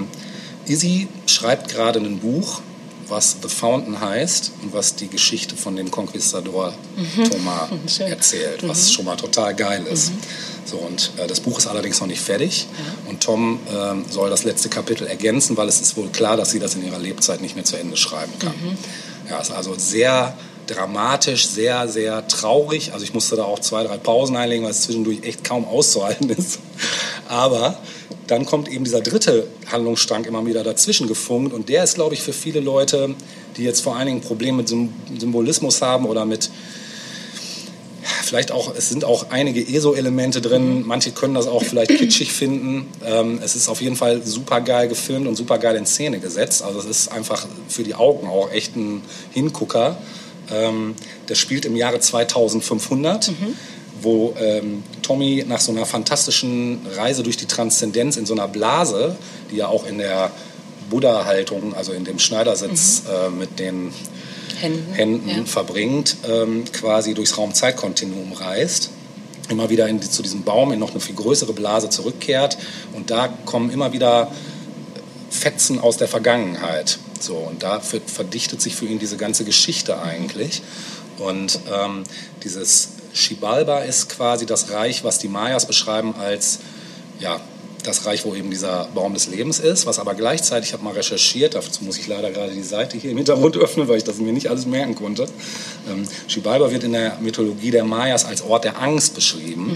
Izzy schreibt gerade ein Buch, was The Fountain heißt und was die Geschichte von dem Konquistador Tomás erzählt, was schon mal total geil ist. So, und das Buch ist allerdings noch nicht fertig und Tom soll das letzte Kapitel ergänzen, weil es ist wohl klar, dass sie das in ihrer Lebzeit nicht mehr zu Ende schreiben kann. Ja, ist also sehr dramatisch, sehr, sehr traurig. Also ich musste da auch 2, 3 Pausen einlegen, weil es zwischendurch echt kaum auszuhalten ist. Aber dann kommt eben dieser dritte Handlungsstrang immer wieder dazwischen gefunkt. Und der ist, glaube ich, für viele Leute, die jetzt vor allen Dingen Probleme mit Symbolismus haben oder mit, vielleicht auch, es sind auch einige ESO-Elemente drin. Manche können das auch vielleicht kitschig finden. Es ist auf jeden Fall super geil gefilmt und super geil in Szene gesetzt. Also es ist einfach für die Augen auch echt ein Hingucker. Der spielt im Jahre 2500. Wo Tommy nach so einer fantastischen Reise durch die Transzendenz in so einer Blase, die ja auch in der Buddha-Haltung, also in dem Schneidersitz mit den Händen verbringt, quasi durchs Raum-Zeit-Kontinuum reist, immer wieder zu diesem Baum in noch eine viel größere Blase zurückkehrt, und da kommen immer wieder Fetzen aus der Vergangenheit. So, und da verdichtet sich für ihn diese ganze Geschichte eigentlich. Und dieses Xibalba ist quasi das Reich, was die Mayas beschreiben als das Reich, wo eben dieser Baum des Lebens ist, was aber gleichzeitig, ich habe mal recherchiert, dazu muss ich leider gerade die Seite hier im Hintergrund öffnen, weil ich das mir nicht alles merken konnte. Xibalba wird in der Mythologie der Mayas als Ort der Angst beschrieben.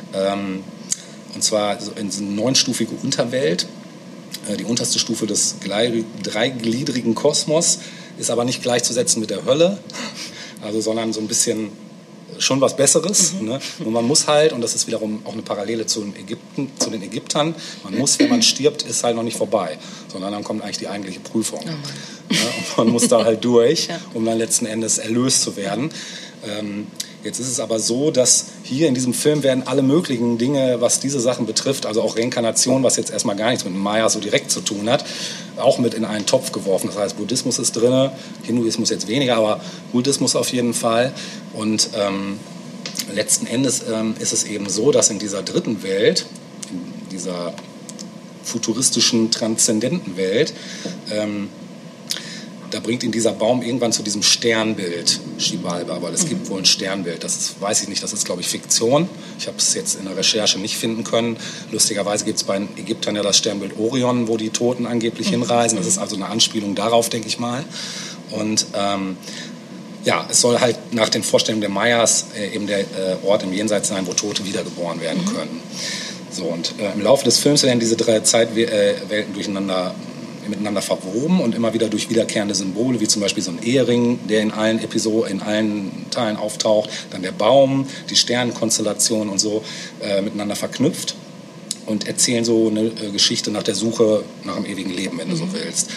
Und zwar in so eine 9-stufige Unterwelt. Die unterste Stufe des dreigliedrigen Kosmos ist aber nicht gleichzusetzen mit der Hölle, sondern so ein bisschen schon was Besseres. Ne? Und man muss halt, und das ist wiederum auch eine Parallele zu den Ägyptern, man muss, wenn man stirbt, ist halt noch nicht vorbei, sondern dann kommt eigentlich die eigentliche Prüfung. Ne? Und man muss da halt durch, um dann letzten Endes erlöst zu werden. Jetzt ist es aber so, dass hier in diesem Film werden alle möglichen Dinge, was diese Sachen betrifft, also auch Reinkarnation, was jetzt erstmal gar nichts mit Maya so direkt zu tun hat, auch mit in einen Topf geworfen. Das heißt, Buddhismus ist drin, Hinduismus jetzt weniger, aber Buddhismus auf jeden Fall. Und letzten Endes ist es eben so, dass in dieser dritten Welt, in dieser futuristischen, transzendenten Welt, da bringt ihn dieser Baum irgendwann zu diesem Sternbild Xibalba, weil es gibt wohl ein Sternbild, das ist, weiß ich nicht, das ist, glaube ich, Fiktion. Ich habe es jetzt in der Recherche nicht finden können. Lustigerweise gibt es bei den Ägyptern ja das Sternbild Orion, wo die Toten angeblich hinreisen. Das ist also eine Anspielung darauf, denke ich mal. Und Ja, es soll halt nach den Vorstellungen der Mayas eben der Ort im Jenseits sein, wo Tote wiedergeboren werden können. So, und im Laufe des Films werden diese 3 Zeitwelten miteinander verwoben und immer wieder durch wiederkehrende Symbole, wie zum Beispiel so ein Ehering, der in allen Teilen auftaucht, dann der Baum, die Sternenkonstellation und so miteinander verknüpft und erzählen so eine Geschichte nach der Suche nach dem ewigen Leben, wenn du so willst.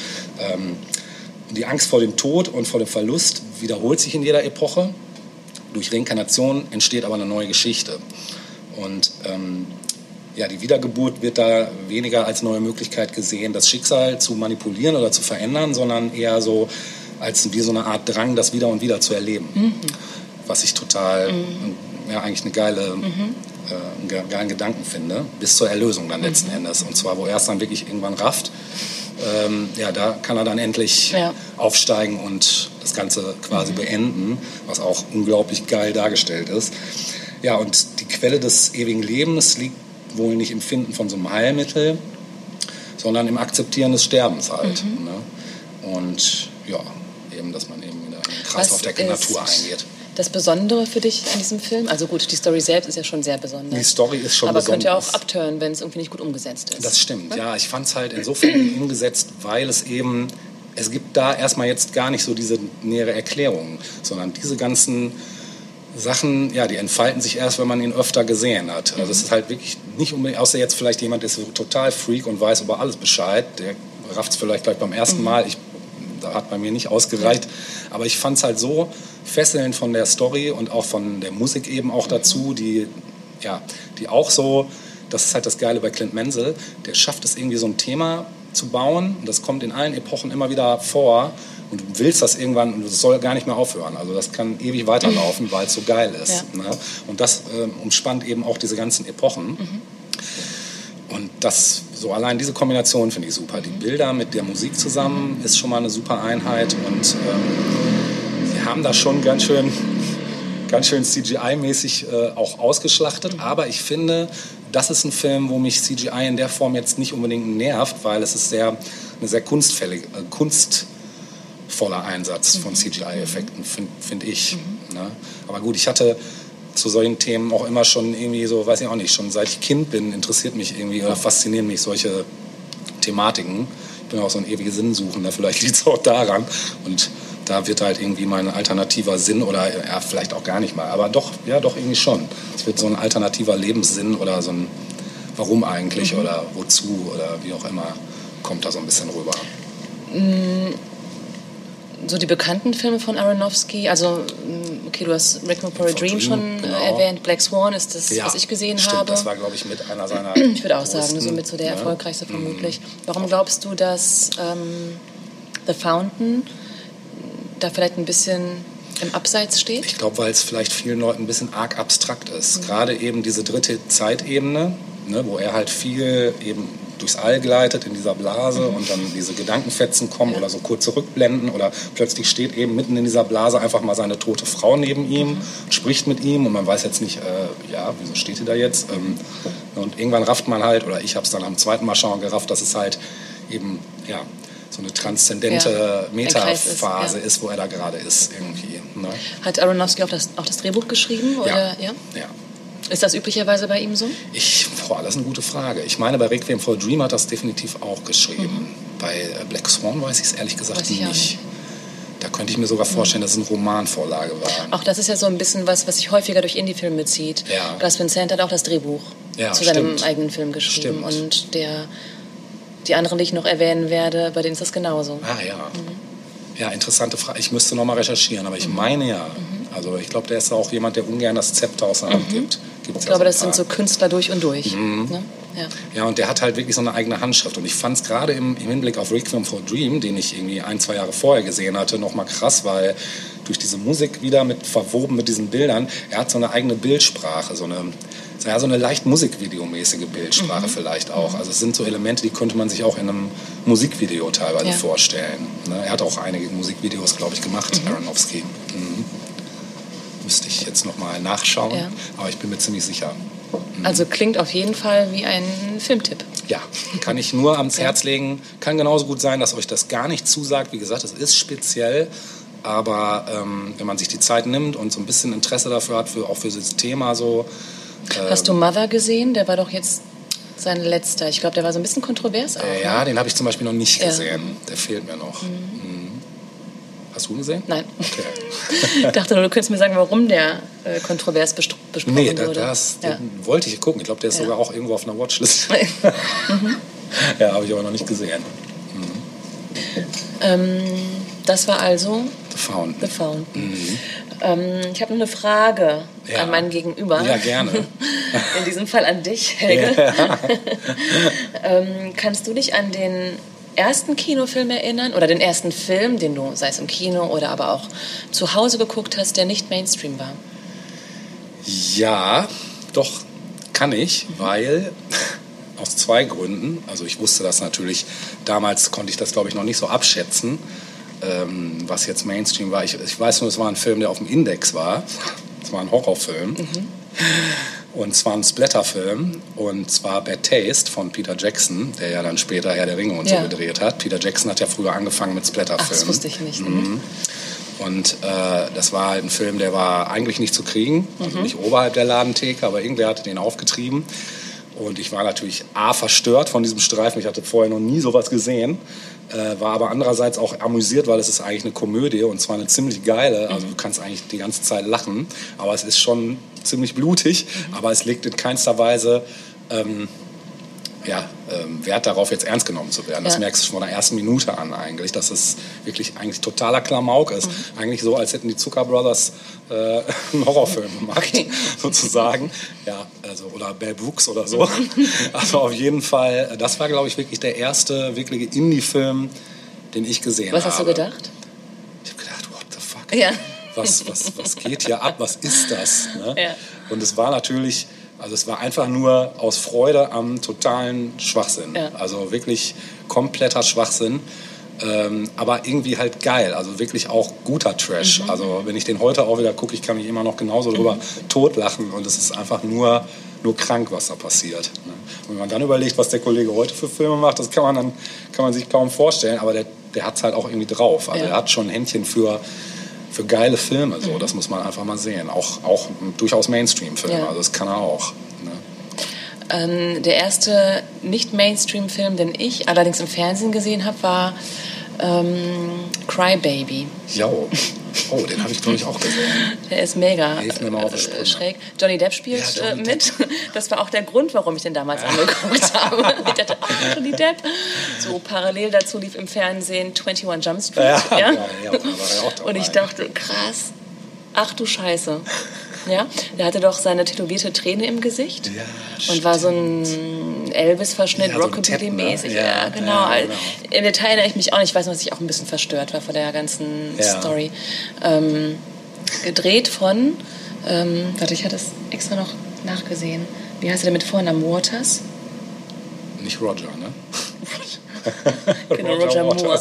Die Angst vor dem Tod und vor dem Verlust wiederholt sich in jeder Epoche. Durch Reinkarnation entsteht aber eine neue Geschichte. Und die Wiedergeburt wird da weniger als neue Möglichkeit gesehen, das Schicksal zu manipulieren oder zu verändern, sondern eher so als wie so eine Art Drang, das wieder und wieder zu erleben. Was ich total, eigentlich einen geilen Gedanken finde, bis zur Erlösung dann letzten Endes. Und zwar, wo er es dann wirklich irgendwann rafft, da kann er dann endlich aufsteigen und das Ganze quasi beenden, was auch unglaublich geil dargestellt ist. Ja, und die Quelle des ewigen Lebens liegt wohl nicht im Finden von so einem Heilmittel, sondern im Akzeptieren des Sterbens halt. Ne? Und ja, eben, dass man eben in den Kreislauf der Natur eingeht. Das Besondere für dich an diesem Film? Also gut, die Story selbst ist ja schon sehr besonders. Die Story ist schon aber besonders. Aber könnte ja auch abturnen, wenn es irgendwie nicht gut umgesetzt ist. Das stimmt, ja. Ich fand es halt insofern umgesetzt, weil es gibt da erstmal jetzt gar nicht so diese nähere Erklärung, sondern diese ganzen Sachen, die entfalten sich erst, wenn man ihn öfter gesehen hat. Also es ist halt wirklich nicht unbedingt, außer jetzt vielleicht jemand, der ist so total Freak und weiß über alles Bescheid, der rafft es vielleicht gleich beim ersten Mal. Da hat bei mir nicht ausgereicht. Aber ich fand es halt so fesselnd von der Story und auch von der Musik eben auch dazu, die auch so, das ist halt das Geile bei Clint Mansell, der schafft es irgendwie so ein Thema zu bauen und das kommt in allen Epochen immer wieder vor und du willst das irgendwann und es soll gar nicht mehr aufhören. Also das kann ewig weiterlaufen, weil es so geil ist. Ja. Ne? Und das umspannt eben auch diese ganzen Epochen. Und das, so allein diese Kombination finde ich super. Die Bilder mit der Musik zusammen ist schon mal eine super Einheit und sie haben das schon ganz schön CGI-mäßig auch ausgeschlachtet. Aber ich finde, das ist ein Film, wo mich CGI in der Form jetzt nicht unbedingt nervt, weil es ist eine sehr kunstvoller Einsatz von CGI-Effekten, finde ich. Ne? Aber gut, ich hatte zu solchen Themen auch immer schon irgendwie so, weiß ich auch nicht, schon seit ich Kind bin, interessiert mich irgendwie oder faszinieren mich solche Thematiken. Ich bin auch so ein ewiger Sinnsuchender, vielleicht liegt es auch daran. Und da wird halt irgendwie mein alternativer Sinn oder vielleicht auch gar nicht mal, aber doch irgendwie schon. Es wird so ein alternativer Lebenssinn oder so ein Warum eigentlich oder wozu oder wie auch immer, kommt da so ein bisschen rüber. So die bekannten Filme von Aronofsky, also okay, du hast Requiem for a Dream schon erwähnt, Black Swan ist das, was ich gesehen habe. Das war, glaube ich, mit einer seiner ich würde auch sagen, so mit so der erfolgreichste vermutlich. Warum glaubst du, dass The Fountain da vielleicht ein bisschen im Abseits steht? Ich glaube, weil es vielleicht vielen Leuten ein bisschen arg abstrakt ist. Gerade eben diese dritte Zeitebene, ne, wo er halt viel eben durchs All gleitet in dieser Blase und dann diese Gedankenfetzen kommen oder so kurze Rückblenden oder plötzlich steht eben mitten in dieser Blase einfach mal seine tote Frau neben ihm und spricht mit ihm und man weiß jetzt nicht, wieso steht die da jetzt? Und irgendwann rafft man halt, oder ich habe es dann am zweiten Mal schauen gerafft, dass es halt eben, so eine transzendente Metaphase ist, wo er da gerade ist irgendwie. Ne? Hat Aronofsky auch das Drehbuch geschrieben? Oder? Ja. Ist das üblicherweise bei ihm so? Das ist eine gute Frage. Ich meine, bei Requiem for a Dream hat das definitiv auch geschrieben. Bei Black Swan weiß ich es ehrlich gesagt nicht. Da könnte ich mir sogar vorstellen, dass es eine Romanvorlage war. Auch das ist ja so ein bisschen was sich häufiger durch Indie-Filme zieht. Ja. Gus Van Sant hat auch das Drehbuch zu seinem eigenen Film geschrieben. Und die anderen, die ich noch erwähnen werde, bei denen ist das genauso. Ja, interessante Frage. Ich müsste noch mal recherchieren, aber ich meine ja. Also ich glaube, der ist auch jemand, der ungern das Zepter aus der Hand gibt. Ich glaube, das sind so Künstler durch und durch. Ne? Ja, und der hat halt wirklich so eine eigene Handschrift. Und ich fand es gerade im Hinblick auf Requiem for a Dream, den ich irgendwie 1-2 Jahre vorher gesehen hatte, noch mal krass, weil durch diese Musik wieder verwoben mit diesen Bildern, er hat so eine eigene Bildsprache, so eine leicht musikvideomäßige Bildsprache vielleicht auch. Also es sind so Elemente, die könnte man sich auch in einem Musikvideo teilweise vorstellen. Ne? Er hat auch einige Musikvideos, glaube ich, gemacht, Aronofsky. Müsste ich jetzt noch mal nachschauen, aber ich bin mir ziemlich sicher. Also klingt auf jeden Fall wie ein Filmtipp. Ja, kann ich nur ans Herz legen. Kann genauso gut sein, dass euch das gar nicht zusagt. Wie gesagt, es ist speziell, aber wenn man sich die Zeit nimmt und so ein bisschen Interesse dafür hat, auch für dieses Thema so. Hast du Mother gesehen? Der war doch jetzt sein letzter. Ich glaube, der war so ein bisschen kontrovers auch. Ja, ne? den habe ich zum Beispiel noch nicht gesehen. Der fehlt mir noch. Hast du ihn gesehen? Nein. Okay. Ich dachte nur, du könntest mir sagen, warum der kontrovers besprochen wurde. Den wollte ich gucken. Ich glaube, der ist sogar auch irgendwo auf einer Watchlist. Ja, habe ich aber noch nicht gesehen. Das war also The Fountain. The Fountain. Ich habe noch eine Frage an meinen Gegenüber. Ja, gerne. In diesem Fall an dich, Helge. Ja. Kannst du dich an den ersten Kinofilm erinnern oder den ersten Film, den du, sei es im Kino oder aber auch zu Hause geguckt hast, der nicht Mainstream war? Ja, doch, kann ich, weil aus 2 Gründen. Also ich wusste das natürlich, damals konnte ich das, glaube ich, noch nicht so abschätzen, was jetzt Mainstream war. Ich weiß nur, es war ein Film, der auf dem Index war. Es war ein Horrorfilm. Und zwar ein Splatterfilm, und zwar Bad Taste von Peter Jackson, der ja dann später Herr der Ringe und so gedreht hat. Peter Jackson hat ja früher angefangen mit Splatterfilmen. Ach, das wusste ich nicht. Und das war halt ein Film, der war eigentlich nicht zu kriegen, also nicht oberhalb der Ladentheke, aber irgendwer hatte den aufgetrieben. Und ich war natürlich verstört von diesem Streifen. Ich hatte vorher noch nie sowas gesehen. War aber andererseits auch amüsiert, weil es ist eigentlich eine Komödie, und zwar eine ziemlich geile. Also du kannst eigentlich die ganze Zeit lachen, aber es ist schon ziemlich blutig. Aber es legt in keinster Weise Wert darauf, jetzt ernst genommen zu werden. Das merkst du von der ersten Minute an eigentlich, dass es wirklich eigentlich totaler Klamauk ist. Eigentlich so, als hätten die Zucker Brothers einen Horrorfilm gemacht, sozusagen. Ja, also, oder Bell Brooks oder so. Also auf jeden Fall, das war, glaube ich, wirklich der erste wirkliche Indie-Film, den ich gesehen habe. Was hast du gedacht? Ich habe gedacht, what the fuck? Ja. Was geht hier ab? Was ist das? Ne? Ja. Und es war natürlich... Also es war einfach nur aus Freude am totalen Schwachsinn. Ja. Also wirklich kompletter Schwachsinn. Aber irgendwie halt geil. Also wirklich auch guter Trash. Also wenn ich den heute auch wieder gucke, ich kann mich immer noch genauso drüber totlachen. Und es ist einfach nur krank, was da passiert. Ne? Und wenn man dann überlegt, was der Kollege heute für Filme macht, das kann man sich kaum vorstellen. Aber der hat es halt auch irgendwie drauf. Also er hat schon ein Händchen für geile Filme, so. Das muss man einfach mal sehen. Auch durchaus Mainstream-Filme, also das kann er auch. Ne? Der erste Nicht-Mainstream-Film, den ich allerdings im Fernsehen gesehen habe, war Cry Baby. Jo. Oh, den habe ich, glaube ich, auch gesehen. Der ist mega schräg. Johnny Depp spielt mit. Das war auch der Grund, warum ich den damals angeguckt habe. Ich dachte, Johnny Depp. So parallel dazu lief im Fernsehen 21 Jump Street. Ja, da war er auch dabei. Und ich dachte, krass, ach du Scheiße. Ja, der hatte doch seine tätowierte Träne im Gesicht und war so ein Elvis-Verschnitt, Rockabilly-mäßig. Ne? Ja, genau. Im Detail erinnere ich mich auch nicht. Ich weiß noch, dass ich auch ein bisschen verstört war von der ganzen Story. Gedreht von, ich hatte es extra noch nachgesehen. Wie heißt er denn mit Vornamen? Waters? Nicht Roger, ne? Genau, Roger Moore.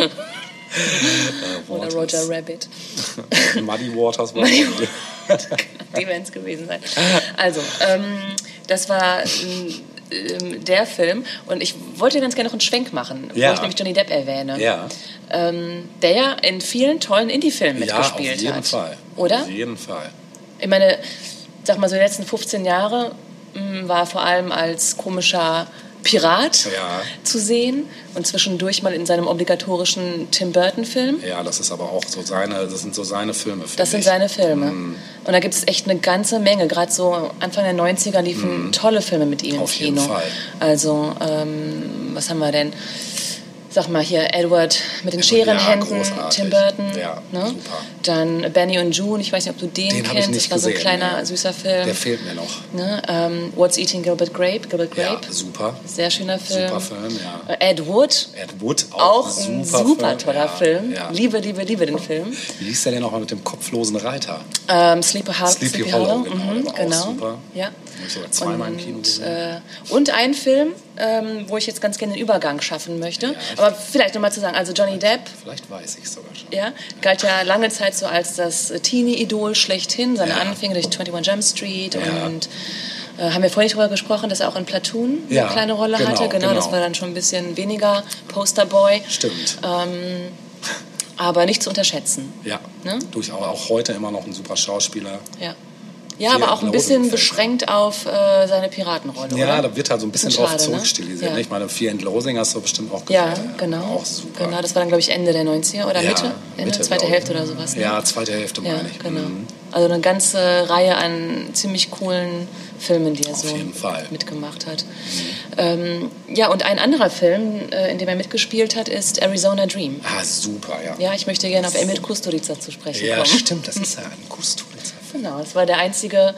Oder Roger Rabbit. Muddy Waters war die werden es gewesen sein. Also, das war der Film, und ich wollte ganz gerne noch einen Schwenk machen, wo ich nämlich Johnny Depp erwähne. Ja. Der ja in vielen tollen Indie-Filmen mitgespielt hat. Ja, auf jeden Fall. Oder? Auf jeden Fall. Ich meine, sag mal so, die letzten 15 Jahre war vor allem als komischer Pirat zu sehen und zwischendurch mal in seinem obligatorischen Tim Burton-Film. Ja, das ist aber auch so das sind so seine Filme. Das sind seine Filme. Und da gibt es echt eine ganze Menge. Gerade so Anfang der 90er liefen tolle Filme mit ihm im Kino. Auf jeden Fall. Also, was haben wir denn? Sag mal hier, Edward mit den Scherenhänden, Tim Burton. Ja, ne? Super. Dann Benny und June, ich weiß nicht, ob du den kennst. Das war so ein kleiner, süßer Film. Der fehlt mir noch. Ne? What's Eating Gilbert Grape? Ja, super. Sehr schöner Film. Super Film, ja. Ed Wood. Auch ein super toller Film. Ja. Liebe den Film. Wie hieß der denn nochmal mit dem kopflosen Reiter? Sleepy Hollow. Genau. Auch super. Ja. Ich sogar zweimal im Kino gesehen. Und ein Film, wo ich jetzt ganz gerne den Übergang schaffen möchte. Ja, aber vielleicht nochmal zu sagen, also Johnny Depp. Vielleicht weiß ich es sogar schon. Ja, galt ja lange Zeit so als das Teenie-Idol schlechthin. Seine Anfänge durch 21 Jump Street und haben wir vorhin darüber gesprochen, dass er auch in Platoon eine kleine Rolle hatte. Genau, das war dann schon ein bisschen weniger Posterboy. Stimmt. aber nicht zu unterschätzen. Ja, Ne? durchaus auch heute immer noch ein super Schauspieler. Ja. Ja, aber auch ein bisschen beschränkt auf seine Piratenrolle, Ja, oder? da wird halt so ein bisschen Schade, drauf zurückstilisiert. ne? Ich meine, Fear and Loathing hast du bestimmt auch Ja, gesehen. genau. Auch super. Genau, das war dann, glaube ich, Ende der 90er oder Ja, Mitte? Ende, zweite glaub ich. Hälfte oder sowas. Ne? Ja, zweite Hälfte Ja, meine ich. genau. Mhm. Also eine ganze Reihe an ziemlich coolen Filmen, die er Auf so jeden Fall. mitgemacht hat. Ja, und ein anderer Film, in dem er mitgespielt hat, ist Arizona Dream. Ah, super, ja. Ja, ich möchte gerne auf Emil Kusturica zu sprechen Ja, kommen. stimmt, das ist ja ein Kusturica. Genau, es war der einzige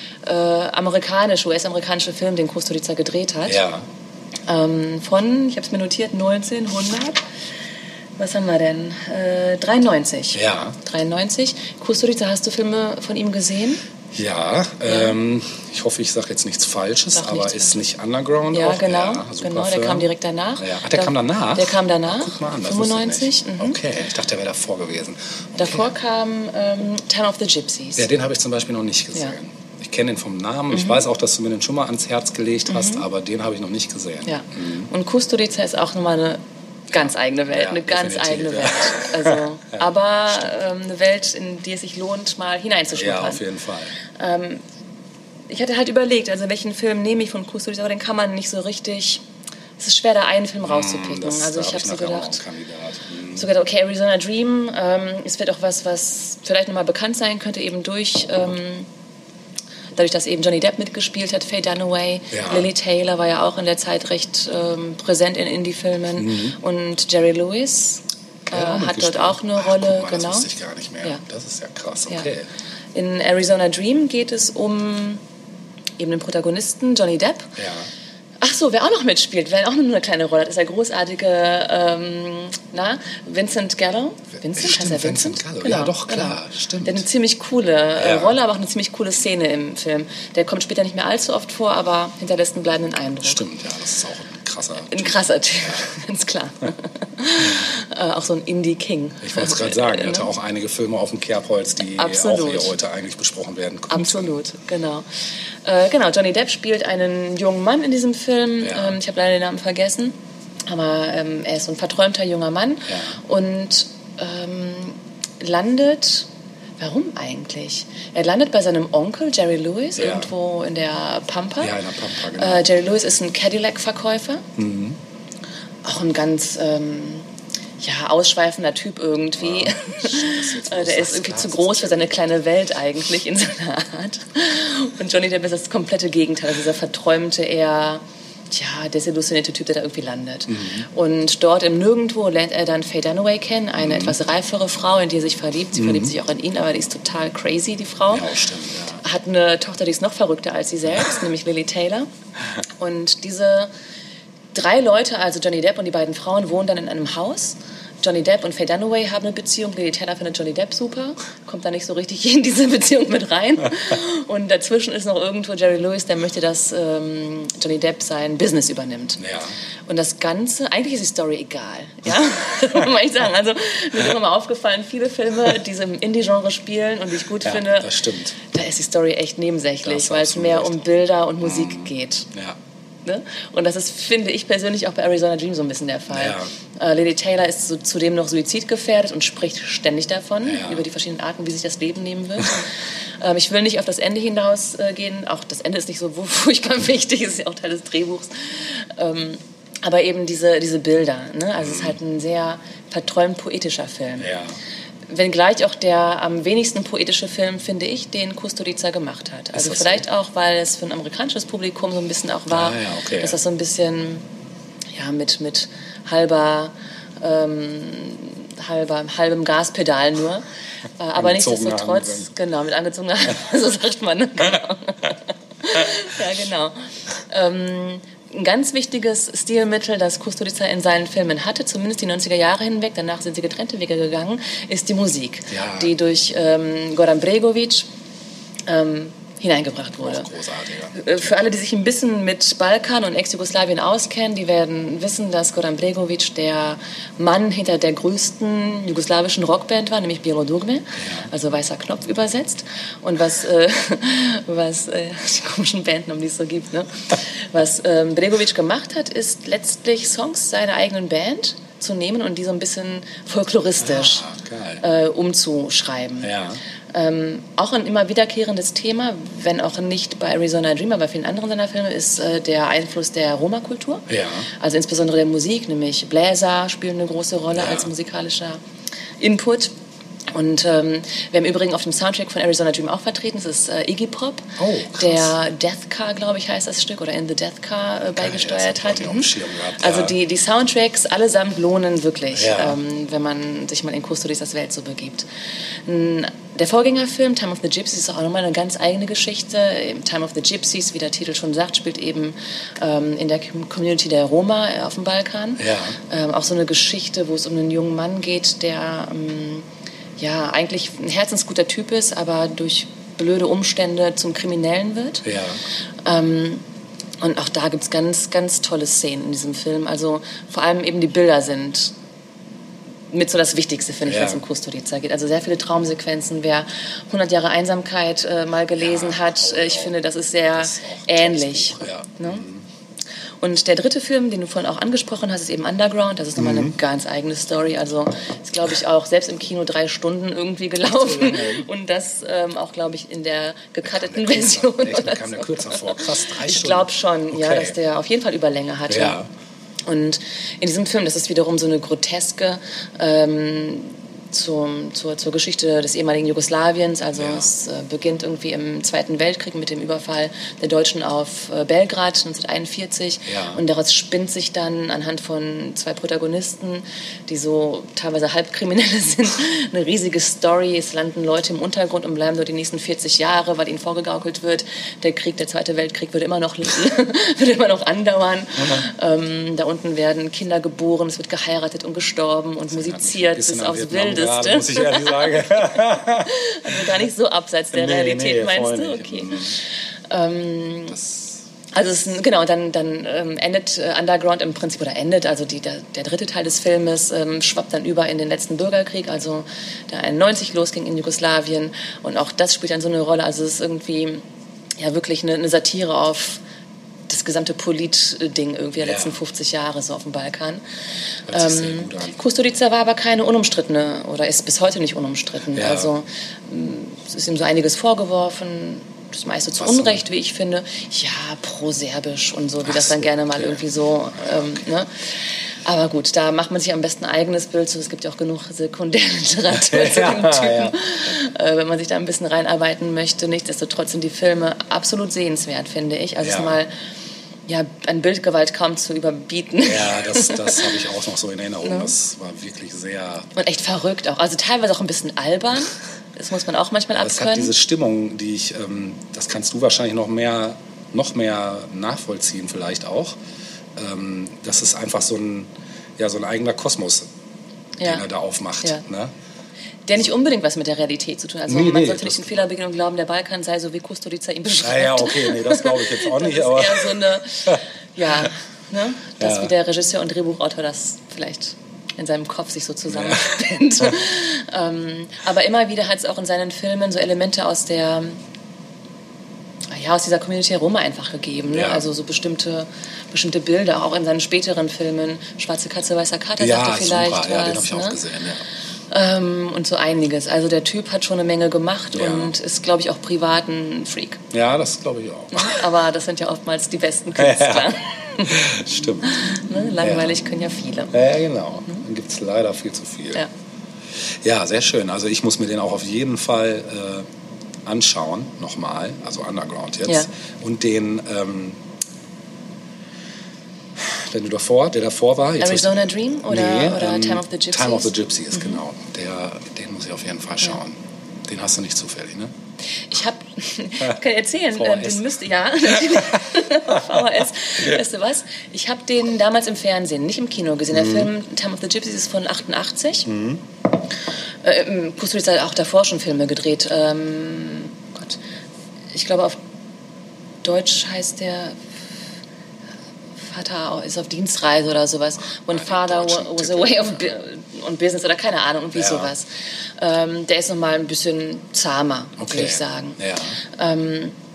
US-amerikanische Film, den Kusturica gedreht hat. Ja. Von, ich habe es mir notiert, 1900. Was haben wir denn? 93. Ja. 93. Kusturica, hast du Filme von ihm gesehen? Ja, ich hoffe, ich sage jetzt nichts Falsches, Sag aber nichts ist nicht Underground Ja, auch? genau. Ja, super Genau, der Film. kam direkt danach. Ja. Ach, der kam danach? Der kam danach. Guck mal an, das 95. wusste ich nicht. Okay, ich dachte, der wäre davor gewesen. Okay. Davor kam Town of the Gypsies. Ja, den habe ich zum Beispiel noch nicht gesehen. Ja. Ich kenne den vom Namen. Ich weiß auch, dass du mir den schon mal ans Herz gelegt hast, aber den habe ich noch nicht gesehen. Ja. Und Kusturica ist auch nochmal eine ganz eigene Welt, Ja, eine ganz definitiv, eigene ja. Welt. Also, aber eine Welt, in die es sich lohnt, mal hineinzuschnuppern. Ja, auf jeden Fall. Ich hatte halt überlegt, also welchen Film nehme ich von Kusturica, aber den kann man nicht so richtig. Es ist schwer, da einen Film rauszupicken. Das, also da ich habe so nachher auch gedacht. einen Kandidat. So gedacht, okay, Arizona Dream ist vielleicht auch was vielleicht nochmal bekannt sein könnte, eben dadurch, dass eben Johnny Depp mitgespielt hat, Faye Dunaway, Ja. Lily Taylor war ja auch in der Zeit recht präsent in Indie-Filmen und Jerry Lewis Ja, hat mitgespielt. dort auch eine Ach, Rolle. guck mal, Genau. Das wusste ich gar nicht mehr. Ja. Das ist ja krass, Ja. okay. In Arizona Dream geht es um eben den Protagonisten Johnny Depp. Ja. Ach so, wer auch noch mitspielt, wer auch nur eine kleine Rolle hat, ist der großartige Vincent Gallo. Vincent? Stimmt, Heißt er Vincent Gallo. Ja, doch, klar, stimmt. Der hat eine ziemlich coole Rolle, aber auch eine ziemlich coole Szene im Film. Der kommt später nicht mehr allzu oft vor, aber hinterlässt einen bleibenden Eindruck. Stimmt, ja, das ist auch ein krasser Ein krasser Typ, ganz klar. Auch so ein Indie-King. Ich wollte es gerade sagen, er hatte auch einige Filme auf dem Kerbholz, die Absolut. auch hier heute eigentlich besprochen werden könnten. Absolut, genau. Genau, Johnny Depp spielt einen jungen Mann in diesem Film. Ja. Ich habe leider den Namen vergessen. Aber er ist so ein verträumter junger Mann und landet... Warum eigentlich? Er landet bei seinem Onkel, Jerry Lewis, irgendwo in der Pampa. Ja, in der Pampa, genau. Jerry Lewis ist ein Cadillac-Verkäufer. Auch ein ganz ausschweifender Typ irgendwie. Der ist irgendwie zu groß für seine kleine Welt eigentlich in seiner Art. Und Johnny Depp ist das komplette Gegenteil. Also dieser verträumte, eher desillusionierte Typ, der da irgendwie landet. Und dort im Nirgendwo lernt er dann Faye Dunaway kennen, eine etwas reifere Frau, in die er sich verliebt. Sie verliebt sich auch in ihn, aber die ist total crazy, die Frau. Ja, stimmt, ja. Hat eine Tochter, die ist noch verrückter als sie selbst, nämlich Lily Taylor. Und diese 3 Leute, also Johnny Depp und die beiden Frauen, wohnen dann in einem Haus. Johnny Depp und Faye Dunaway haben eine Beziehung. Lily Taylor findet Johnny Depp super, kommt da nicht so richtig in diese Beziehung mit rein. Und dazwischen ist noch irgendwo Jerry Lewis, der möchte, dass Johnny Depp sein Business übernimmt. Ja. Und das Ganze, eigentlich ist die Story egal. Ja? Das muss ich sagen. Also mir ist immer mal aufgefallen, viele Filme, die so im Indie-Genre spielen und die ich gut finde, das stimmt. da ist die Story echt nebensächlich, Das weil es absolut mehr recht. um Bilder und Musik geht. Ja. Ne? Und das ist, finde ich persönlich, auch bei Arizona Dream so ein bisschen der Fall. Lily Taylor ist zudem noch suizidgefährdet und spricht ständig davon, über die verschiedenen Arten, wie sich das Leben nehmen wird. Ich will nicht auf das Ende hinausgehen. Auch das Ende ist nicht so furchtbar wichtig, ist ja auch Teil des Drehbuchs. Aber eben diese Bilder. Ne? Also es ist halt ein sehr verträumt poetischer Film. Ja. Wenngleich auch der am wenigsten poetische Film, finde ich, den Kusturica gemacht hat. Also das vielleicht so? auch, weil es für ein amerikanisches Publikum so ein bisschen auch war, dass das so ein bisschen mit halbem Gaspedal nur. Aber nichtsdestotrotz, genau, mit angezogener Hand, so sagt man. Genau. Ja, genau. Ein ganz wichtiges Stilmittel, das Kusturica in seinen Filmen hatte, zumindest die 90er Jahre hinweg, danach sind sie getrennte Wege gegangen, ist die Musik, die durch Goran Bregović hineingebracht wurde. Großartiger. Für alle, die sich ein bisschen mit Balkan und Ex-Jugoslawien auskennen, die werden wissen, dass Goran Bregović der Mann hinter der größten jugoslawischen Rockband war, nämlich Bijelo Dugme, also Weißer Knopf übersetzt. Und was die komischen Bandnamen, die es so gibt, ne? Was Bregović gemacht hat, ist letztlich Songs seiner eigenen Band zu nehmen und die so ein bisschen folkloristisch umzuschreiben. Ja. Auch ein immer wiederkehrendes Thema, wenn auch nicht bei Arizona Dream, aber bei vielen anderen seiner Filme, ist der Einfluss der Roma-Kultur. Ja. Also insbesondere der Musik, nämlich Bläser spielen eine große Rolle als musikalischer Input. Und wer im Übrigen auf dem Soundtrack von Arizona Dream auch vertreten ist, ist Iggy Pop, der Death Car, glaube ich, heißt das Stück, oder In the Death Car beigesteuert hat. Also die Soundtracks allesamt lohnen wirklich, wenn man sich mal in Kustodizas Welt so begibt. Der Vorgängerfilm Time of the Gypsies ist auch nochmal eine ganz eigene Geschichte. Time of the Gypsies, wie der Titel schon sagt, spielt eben in der Community der Roma auf dem Balkan. Ja. Auch so eine Geschichte, wo es um einen jungen Mann geht, der eigentlich ein herzensguter Typ ist, aber durch blöde Umstände zum Kriminellen wird. Ja. Und auch da gibt es ganz, ganz tolle Szenen in diesem Film. Also vor allem eben die Bilder sind mit so das Wichtigste, finde ich, wenn es um Kustodica geht. Also sehr viele Traumsequenzen. Wer 100 Jahre Einsamkeit mal gelesen hat, ich finde, das ist sehr ähnlich. Ne? Und der dritte Film, den du vorhin auch angesprochen hast, ist eben Underground. Das ist nochmal eine ganz eigene Story. Also ist, glaube ich, auch selbst im Kino 3 Stunden irgendwie gelaufen. Und das auch, glaube ich, in der gecutteten Version. Kam der kürzer vor? Krass, 3 Stunden? Ich glaube schon, dass der auf jeden Fall Überlänge hatte. Ja. Und in diesem Film, das ist wiederum so eine groteske zur Geschichte des ehemaligen Jugoslawiens. Also es beginnt irgendwie im Zweiten Weltkrieg mit dem Überfall der Deutschen auf Belgrad 1941. Ja. Und daraus spinnt sich dann anhand von 2 Protagonisten, die so teilweise Halbkriminelle sind, eine riesige Story. Es landen Leute im Untergrund und bleiben dort die nächsten 40 Jahre, weil ihnen vorgegaukelt wird, der Zweite Weltkrieg wird immer noch andauern. Da unten werden Kinder geboren, es wird geheiratet und gestorben und musiziert bis aufs Wilde. Gerade, muss ich ehrlich sagen. Also gar nicht so abseits der Realität, meinst du? Okay. Dann endet Underground im Prinzip, also der dritte Teil des Filmes schwappt dann über in den letzten Bürgerkrieg, also der 91 losging in Jugoslawien, und auch das spielt dann so eine Rolle. Also es ist irgendwie wirklich eine Satire auf das gesamte Polit-Ding irgendwie der letzten 50 Jahre so auf dem Balkan. Kustodica war aber keine unumstrittene oder ist bis heute nicht unumstritten. Ja. Also es ist ihm so einiges vorgeworfen, das meiste zu Unrecht, wie ich finde. Ja, pro-serbisch und so, wie das dann gerne mal irgendwie so... ne? Aber gut, da macht man sich am besten ein eigenes Bild zu. Es gibt ja auch genug Sekundärliteratur zu dem Typen, wenn man sich da ein bisschen reinarbeiten möchte. Nichtsdestotrotz sind die Filme absolut sehenswert, finde ich. Also es ist mal an Bildgewalt kaum zu überbieten. Ja, das habe ich auch noch so in Erinnerung. Ja. Das war wirklich sehr... Und echt verrückt auch. Also teilweise auch ein bisschen albern. Das muss man auch manchmal abkönnen. Es hat diese Stimmung, die ich... das kannst du wahrscheinlich noch mehr nachvollziehen vielleicht auch. Das ist einfach so ein eigener Kosmos, den er da aufmacht. Ja. Ne? Der nicht unbedingt was mit der Realität zu tun hat. Also man sollte nicht den Fehler begehen und glauben, der Balkan sei so, wie Kustodica ihn beschreibt. Ja, okay, das glaube ich jetzt auch nicht. Das ist eher so eine, wie der Regisseur und Drehbuchautor das vielleicht in seinem Kopf sich so zusammenspinnt. Aber immer wieder hat es auch in seinen Filmen so Elemente aus dieser Community der Roma einfach gegeben. Ne? Also so bestimmte Bilder, auch in seinen späteren Filmen. Schwarze Katze, weißer Kater, sagt er vielleicht super. Ja, den habe ich auch gesehen, und so einiges. Also der Typ hat schon eine Menge gemacht und ist, glaube ich, auch privat ein Freak. Ja, das glaube ich auch. Aber das sind ja oftmals die besten Künstler. Ja. Stimmt. Ne? Langweilig können ja viele. Ja, genau. Dann gibt es leider viel zu viel. Ja, sehr schön. Also ich muss mir den auch auf jeden Fall anschauen, nochmal. Also Underground jetzt. Ja. Und den... der davor war. Arizona Dream oder Time of the Gypsies? Time of the Gypsies, genau. Den muss ich auf jeden Fall schauen. Ja. Den hast du nicht zufällig, ne? Ich kann erzählen, den müsste, VHS, weißt du was? Ich habe den damals im Fernsehen, nicht im Kino gesehen. Der Film Time of the Gypsies ist von 88. Kustodica hat auch davor schon Filme gedreht. Ich glaube auf Deutsch heißt der Vater ist auf Dienstreise oder sowas. When Father was away on business oder keine Ahnung, irgendwie sowas. Der ist nochmal ein bisschen zahmer, würde ich sagen. Ja.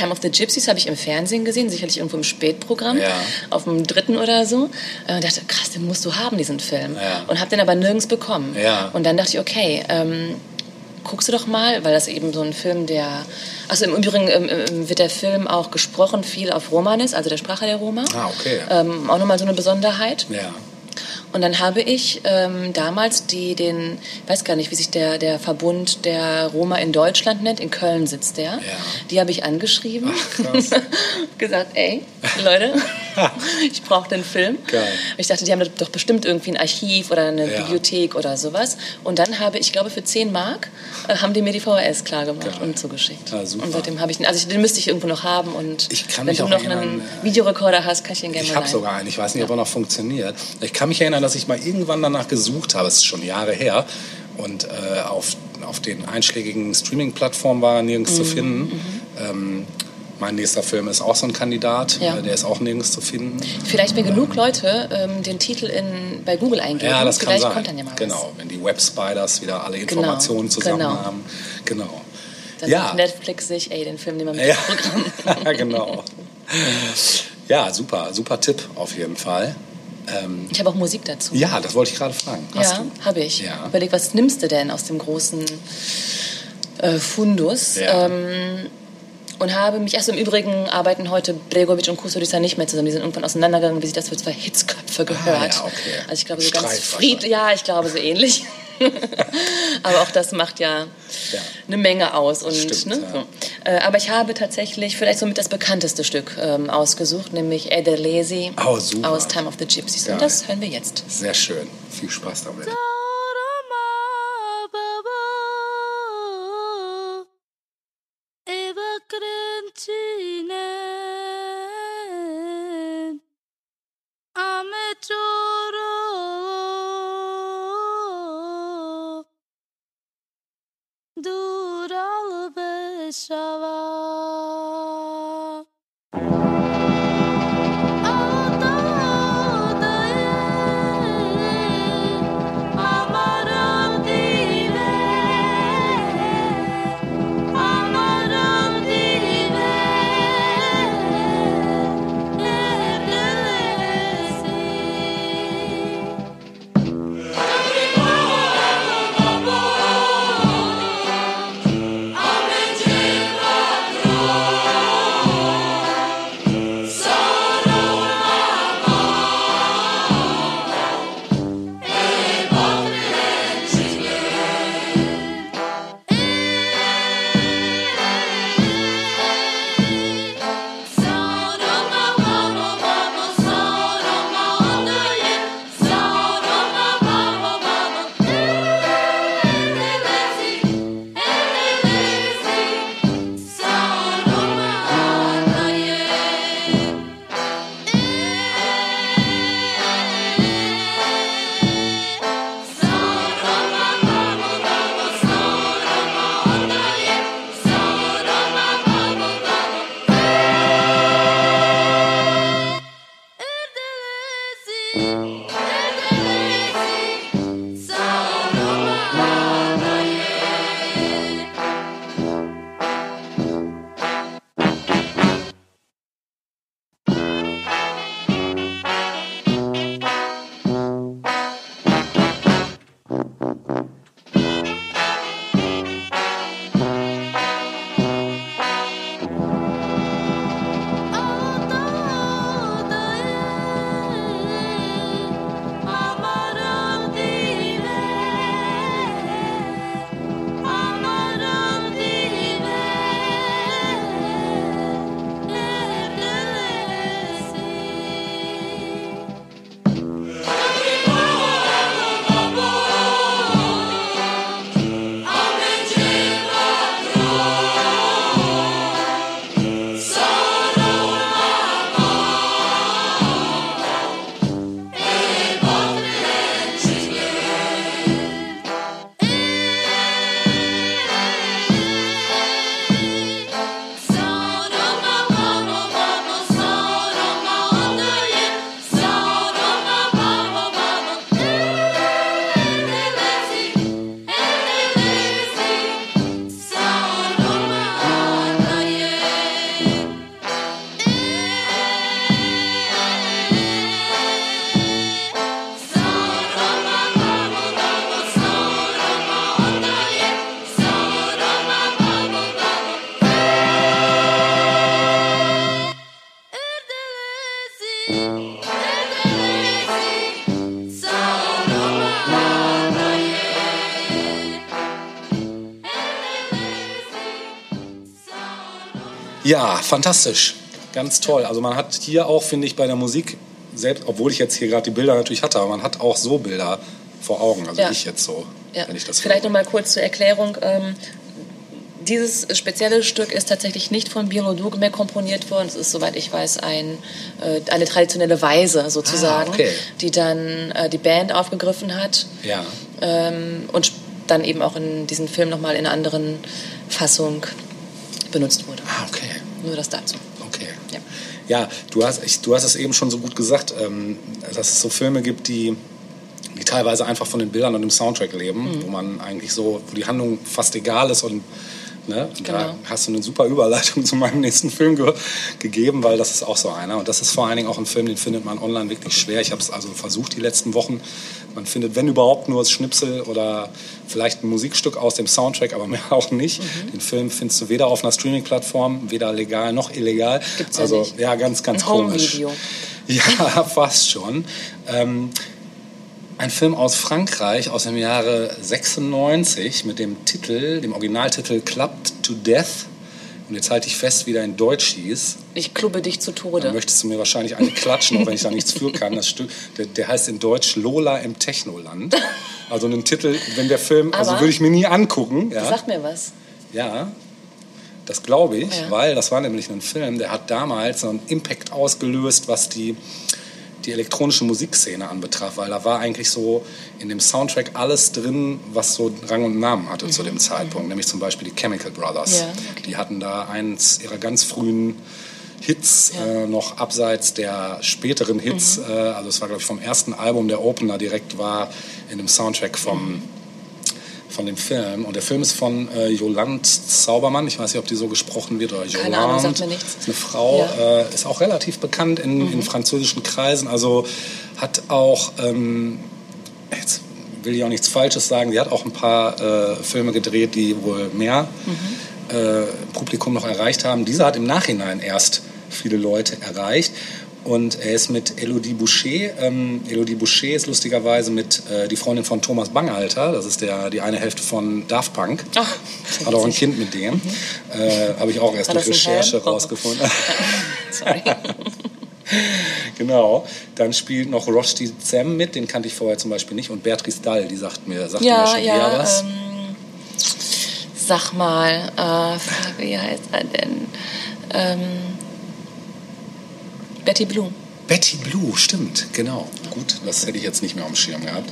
Time of the Gypsies habe ich im Fernsehen gesehen, sicherlich irgendwo im Spätprogramm, Ja. auf dem 3. oder so. Und dachte, krass, den musst du haben, diesen Film. Ja. Und habe den aber nirgends bekommen. Ja. Und dann dachte ich, okay, guckst du doch mal, weil das eben so ein Film, also im Übrigen wird der Film auch gesprochen viel auf Romanes, also der Sprache der Roma. Ah, okay. Auch nochmal so eine Besonderheit. Ja. Und dann habe ich damals weiß gar nicht, wie sich der Verbund der Roma in Deutschland nennt, in Köln sitzt der. Ja. Die habe ich angeschrieben. Ach, krass. Gesagt, ey, Leute, ich brauche den Film. Geil. Ich dachte, die haben doch bestimmt irgendwie ein Archiv oder eine Ja. Bibliothek oder sowas. Und dann habe ich glaube, für 10 Mark haben die mir die VHS klargemacht Geil. und zugeschickt. Ja, super. Und seitdem habe ich den müsste ich irgendwo noch haben. Und Ich kann wenn mich du auch noch erinnern, einen Videorekorder hast, kann ich den gerne Ich mal habe leihen. sogar einen. Ich weiß nicht, ob er noch funktioniert. Ich kann mich erinnern, dass ich mal irgendwann danach gesucht habe. Es ist schon Jahre her. Und auf den einschlägigen Streaming-Plattformen war er nirgends zu finden. Mein nächster Film ist auch so ein Kandidat. Ja. Der ist auch nirgends zu finden. Vielleicht, wenn genug Leute den Titel bei Google eingeben, Ja, das kann vielleicht sein. kommt dann ja mal was. Genau, wenn die Web-Spiders wieder alle Informationen zusammen genau. haben. Genau. Dann Ja. sagt Netflix sich, den Film nehmen wir mit Ja, ins Programm. genau. Ja, super Tipp auf jeden Fall. Ich habe auch Musik dazu. Ja, das wollte ich gerade fragen. Hast Ja, du? habe ich. Ja. Überleg, was nimmst du denn aus dem großen Fundus? Ja. Und habe mich, im Übrigen arbeiten heute Bregovic und Kusurica nicht mehr zusammen. Die sind irgendwann auseinandergegangen, wie sich das für 2 Hitzköpfe gehört. ja, okay. Also ich glaube, so ganz Streit friedlich. Ja, ich glaube, so ähnlich. Aber auch das macht ja eine Menge aus. Und, Stimmt, so. Aber ich habe tatsächlich vielleicht somit das bekannteste Stück ausgesucht, nämlich Ederlesi Oh, super. aus Time of the Gypsies. Geil. Und das hören wir jetzt. Sehr schön. Viel Spaß damit. Ja, fantastisch. Ganz toll. Also man hat hier auch, finde ich, bei der Musik, selbst, obwohl ich jetzt hier gerade die Bilder natürlich hatte, aber man hat auch so Bilder vor Augen. Also ich jetzt so, wenn ich das Vielleicht noch mal kurz zur Erklärung. Dieses spezielle Stück ist tatsächlich nicht von Bielo Dugme komponiert worden. Es ist, soweit ich weiß, eine traditionelle Weise sozusagen, die dann die Band aufgegriffen hat. Ja. Und dann eben auch in diesem Film nochmal in einer anderen Fassung benutzt wurde. Okay. Nur das dazu. Okay. Ja, du hast es eben schon so gut gesagt, dass es so Filme gibt, die teilweise einfach von den Bildern und dem Soundtrack leben, wo man eigentlich so, wo die Handlung fast egal ist und ne? Genau. Da hast du eine super Überleitung zu meinem nächsten Film gegeben, weil das ist auch so einer. Und das ist vor allen Dingen auch ein Film, den findet man online wirklich schwer. Ich habe es also versucht die letzten Wochen. Man findet, wenn überhaupt, nur das Schnipsel oder vielleicht ein Musikstück aus dem Soundtrack, aber mehr auch nicht. Den Film findest du weder auf einer Streaming-Plattform, weder legal noch illegal. Gibt's also nicht. Ja, ganz, ganz ein komisch. Home-Video. Ja, fast schon. Ein Film aus Frankreich aus dem Jahre 96 mit dem Originaltitel Clubbed to Death. Und jetzt halte ich fest, wie der in Deutsch hieß. Ich klubbe dich zu Tode. Dann möchtest du mir wahrscheinlich eine klatschen, auch wenn ich da nichts für kann. Das Stück, der heißt in Deutsch Lola im Technoland. Also einen Titel, wenn der Film, also würde ich mir nie angucken. Ja. Sag mir was. Ja, das glaube ich, weil das war nämlich ein Film, der hat damals so einen Impact ausgelöst, was die elektronische Musikszene anbetraf, weil da war eigentlich so in dem Soundtrack alles drin, was so Rang und Namen hatte zu dem Zeitpunkt, nämlich zum Beispiel die Chemical Brothers. Ja, okay. Die hatten da eins ihrer ganz frühen Hits, noch abseits der späteren Hits, also es war, glaube ich, vom ersten Album, der Opener direkt war in dem Soundtrack von dem Film. Und der Film ist von Yolande Zaubermann. Ich weiß nicht, ob die so gesprochen wird. Oder Keine Ahnung, sagt mir nichts. Ist eine Frau, ist auch relativ bekannt in französischen Kreisen. Also hat auch, jetzt will ich auch nichts Falsches sagen, die hat auch ein paar Filme gedreht, die wohl mehr Publikum noch erreicht haben. Dieser hat im Nachhinein erst viele Leute erreicht. Und er ist mit Elodie Boucher. Elodie Boucher ist lustigerweise mit die Freundin von Thomas Bangalter. Das ist die eine Hälfte von Daft Punk. Ach, hat auch ein Kind mit dem. Habe ich auch erst durch Recherche rausgefunden. Sorry. Genau. Dann spielt noch Rosti Zem mit. Den kannte ich vorher zum Beispiel nicht. Und Beatrice Dalle, die sagt mir schon eher was. Sag mal, wie heißt er denn? Betty Blue. Betty Blue, stimmt, genau. Gut, das hätte ich jetzt nicht mehr auf dem Schirm gehabt.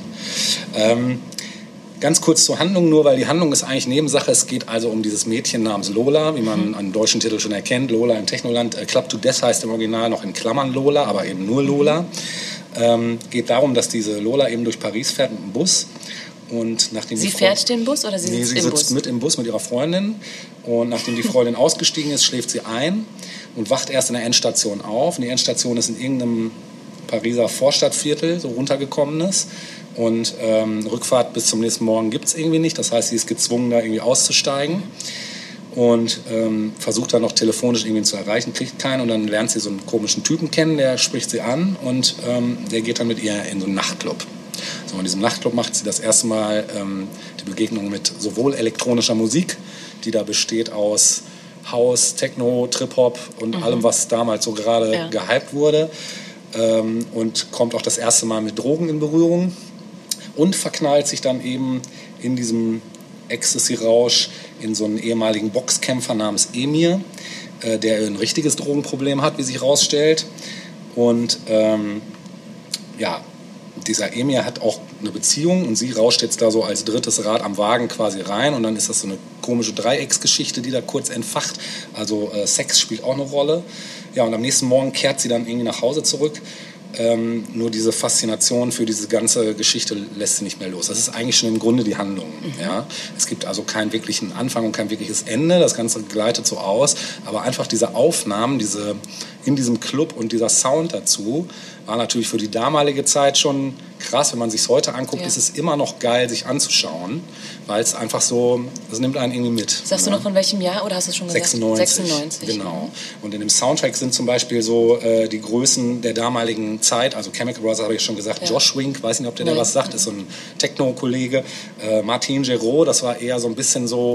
Ganz kurz zur Handlung nur, weil die Handlung ist eigentlich Nebensache. Es geht also um dieses Mädchen namens Lola, wie man an deutschen Titel schon erkennt. Lola im Technoland. Club to Death heißt im Original noch in Klammern Lola, aber eben nur Lola. Geht darum, dass diese Lola eben durch Paris fährt mit dem Bus. Und nachdem sie fährt den Bus oder sie sitzt mit im Bus mit ihrer Freundin. Und nachdem die Freundin ausgestiegen ist, schläft sie ein und wacht erst in der Endstation auf. Und die Endstation ist in irgendeinem Pariser Vorstadtviertel, so runtergekommenes. Und Rückfahrt bis zum nächsten Morgen gibt es irgendwie nicht. Das heißt, sie ist gezwungen, da irgendwie auszusteigen. Und versucht dann noch telefonisch irgendwie zu erreichen, kriegt keinen. Und dann lernt sie so einen komischen Typen kennen, der spricht sie an. Und der geht dann mit ihr in so einen Nachtclub. So, in diesem Nachtclub macht sie das erste Mal die Begegnung mit sowohl elektronischer Musik, die da besteht aus House, Techno, Trip-Hop und allem, was damals so gerade gehypt wurde. Und kommt auch das erste Mal mit Drogen in Berührung. Und verknallt sich dann eben in diesem Ecstasy-Rausch in so einen ehemaligen Boxkämpfer namens Emir, der ein richtiges Drogenproblem hat, wie sich herausstellt. Und dieser Emir hat auch eine Beziehung und sie rauscht jetzt da so als drittes Rad am Wagen quasi rein und dann ist das so eine komische Dreiecksgeschichte, die da kurz entfacht. Also Sex spielt auch eine Rolle. Ja, und am nächsten Morgen kehrt sie dann irgendwie nach Hause zurück. Nur diese Faszination für diese ganze Geschichte lässt sie nicht mehr los. Das ist eigentlich schon im Grunde die Handlung. Ja? Es gibt also keinen wirklichen Anfang und kein wirkliches Ende. Das Ganze gleitet so aus. Aber einfach diese Aufnahmen, in diesem Club und dieser Sound dazu, war natürlich für die damalige Zeit schon krass. Wenn man sich es heute anguckt, ist es immer noch geil, sich anzuschauen. Weil es einfach so, das nimmt einen irgendwie mit. Sagst du noch von welchem Jahr oder hast du es schon gesagt? 96. Genau. Und in dem Soundtrack sind zum Beispiel so die Größen der damaligen Zeit, also Chemical Brothers habe ich schon gesagt, Josh Wink, weiß nicht, ob der was sagt, ist so ein Techno-Kollege. Martin Giraud, das war eher so ein bisschen so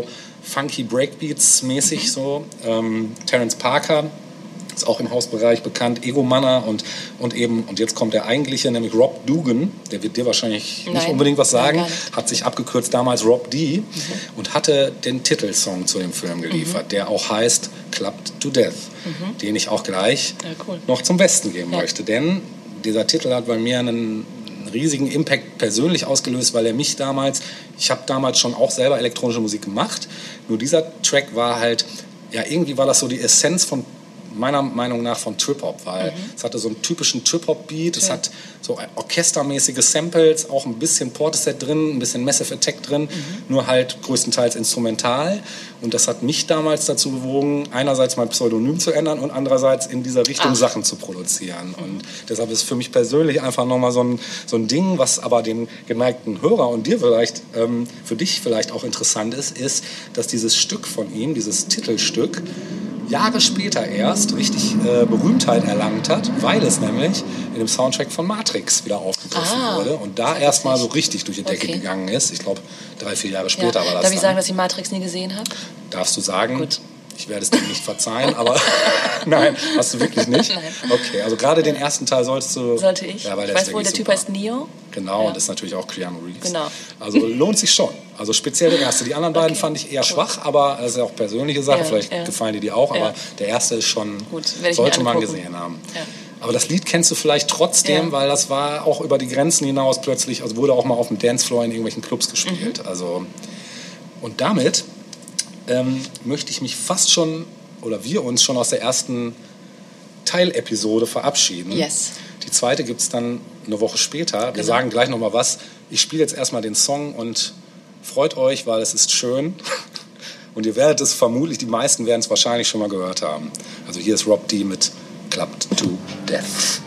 funky Breakbeats mäßig so. Terence Parker ist auch im Hausbereich bekannt, Ego Manna und jetzt kommt der eigentliche, nämlich Rob Dugan, der wird dir wahrscheinlich nicht unbedingt was sagen, hat sich abgekürzt damals Rob D. Und hatte den Titelsong zu dem Film geliefert, der auch heißt Clubbed to Death, den ich auch gleich noch zum Besten geben möchte, denn dieser Titel hat bei mir einen riesigen Impact persönlich ausgelöst, weil er mich damals, ich habe damals schon auch selber elektronische Musik gemacht, nur dieser Track war halt, ja irgendwie war das so die Essenz von meiner Meinung nach von Trip-Hop, weil es hatte so einen typischen Trip-Hop-Beat, es hat so orchestermäßige Samples, auch ein bisschen Portishead drin, ein bisschen Massive Attack drin, nur halt größtenteils instrumental. Und das hat mich damals dazu bewogen, einerseits mein Pseudonym zu ändern und andererseits in dieser Richtung Sachen zu produzieren. Und deshalb ist für mich persönlich einfach nochmal so ein Ding, was aber dem geneigten Hörer und dir vielleicht, für dich vielleicht auch interessant ist, dass dieses Stück von ihm, dieses Titelstück, Jahre später erst richtig Berühmtheit erlangt hat, weil es nämlich in dem Soundtrack von Matrix wieder aufgegriffen wurde und da erstmal so richtig durch die Decke gegangen ist. Ich glaube, 3-4 Jahre später war das. Darf ich sagen, dass ich Matrix nie gesehen habe? Darfst du sagen. Gut. Ich werde es dir nicht verzeihen, aber nein, hast du wirklich nicht? Nein. Okay, also gerade den ersten Teil solltest du... Sollte ich? Ja, weil ich weiß wohl, der Typ heißt Neo. Genau, und das ist natürlich auch Keanu Reeves. Genau. Also lohnt sich schon. Also speziell der erste. Die anderen beiden fand ich eher schwach, aber das ist ja auch persönliche Sache. Vielleicht gefallen dir die auch, aber der erste ist schon... sollte man gesehen haben. Ja. Aber das Lied kennst du vielleicht trotzdem, weil das war auch über die Grenzen hinaus plötzlich, also wurde auch mal auf dem Dancefloor in irgendwelchen Clubs gespielt. Also, und damit möchte ich mich fast schon, oder wir uns schon aus der ersten Teilepisode verabschieden. Yes. Die zweite gibt es dann eine Woche später. Wir sagen gleich nochmal was. Ich spiele jetzt erstmal den Song und freut euch, weil es ist schön. Und ihr werdet es vermutlich, die meisten werden es wahrscheinlich schon mal gehört haben. Also hier ist Rob D. mit Clubbed to Death.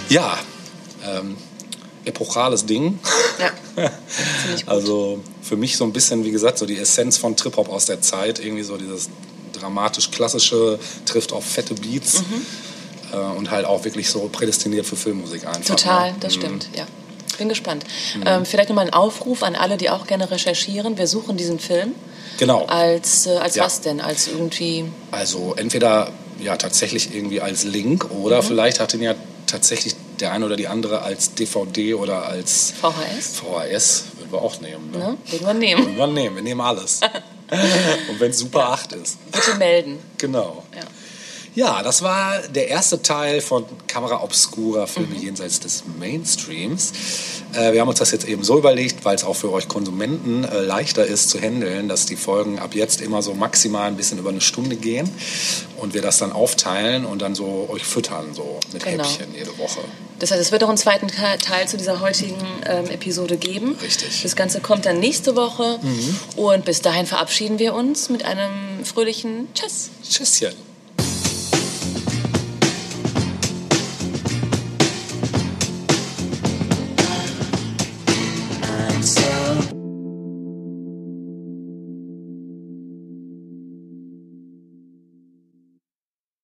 Ja, epochales Ding. Ja, finde ich gut. Also für mich so ein bisschen, wie gesagt, so die Essenz von Trip-Hop aus der Zeit. Irgendwie so dieses dramatisch-klassische trifft auf fette Beats. Und halt auch wirklich so prädestiniert für Filmmusik einfach. Total, ne? das stimmt, ja. Bin gespannt. Vielleicht nochmal ein Aufruf an alle, die auch gerne recherchieren. Wir suchen diesen Film. Genau. Als was denn? Als irgendwie... Also entweder ja tatsächlich irgendwie als Link oder vielleicht hat ihn ja tatsächlich der eine oder die andere als DVD oder als VHS. VHS würden wir auch nehmen. Ne? Ne? Würden wir nehmen. Würden wir nehmen. Wir nehmen alles. Und wenn es Super 8 ist. Bitte melden. Genau. Ja. Ja, das war der erste Teil von Camera Obscura, Filme jenseits des Mainstreams. Wir haben uns das jetzt eben so überlegt, weil es auch für euch Konsumenten leichter ist zu handeln, dass die Folgen ab jetzt immer so maximal ein bisschen über eine Stunde gehen und wir das dann aufteilen und dann so euch füttern, so mit Häppchen jede Woche. Das heißt, es wird auch einen zweiten Teil zu dieser heutigen Episode geben. Richtig. Das Ganze kommt dann nächste Woche und bis dahin verabschieden wir uns mit einem fröhlichen Tschüss. Tschüsschen.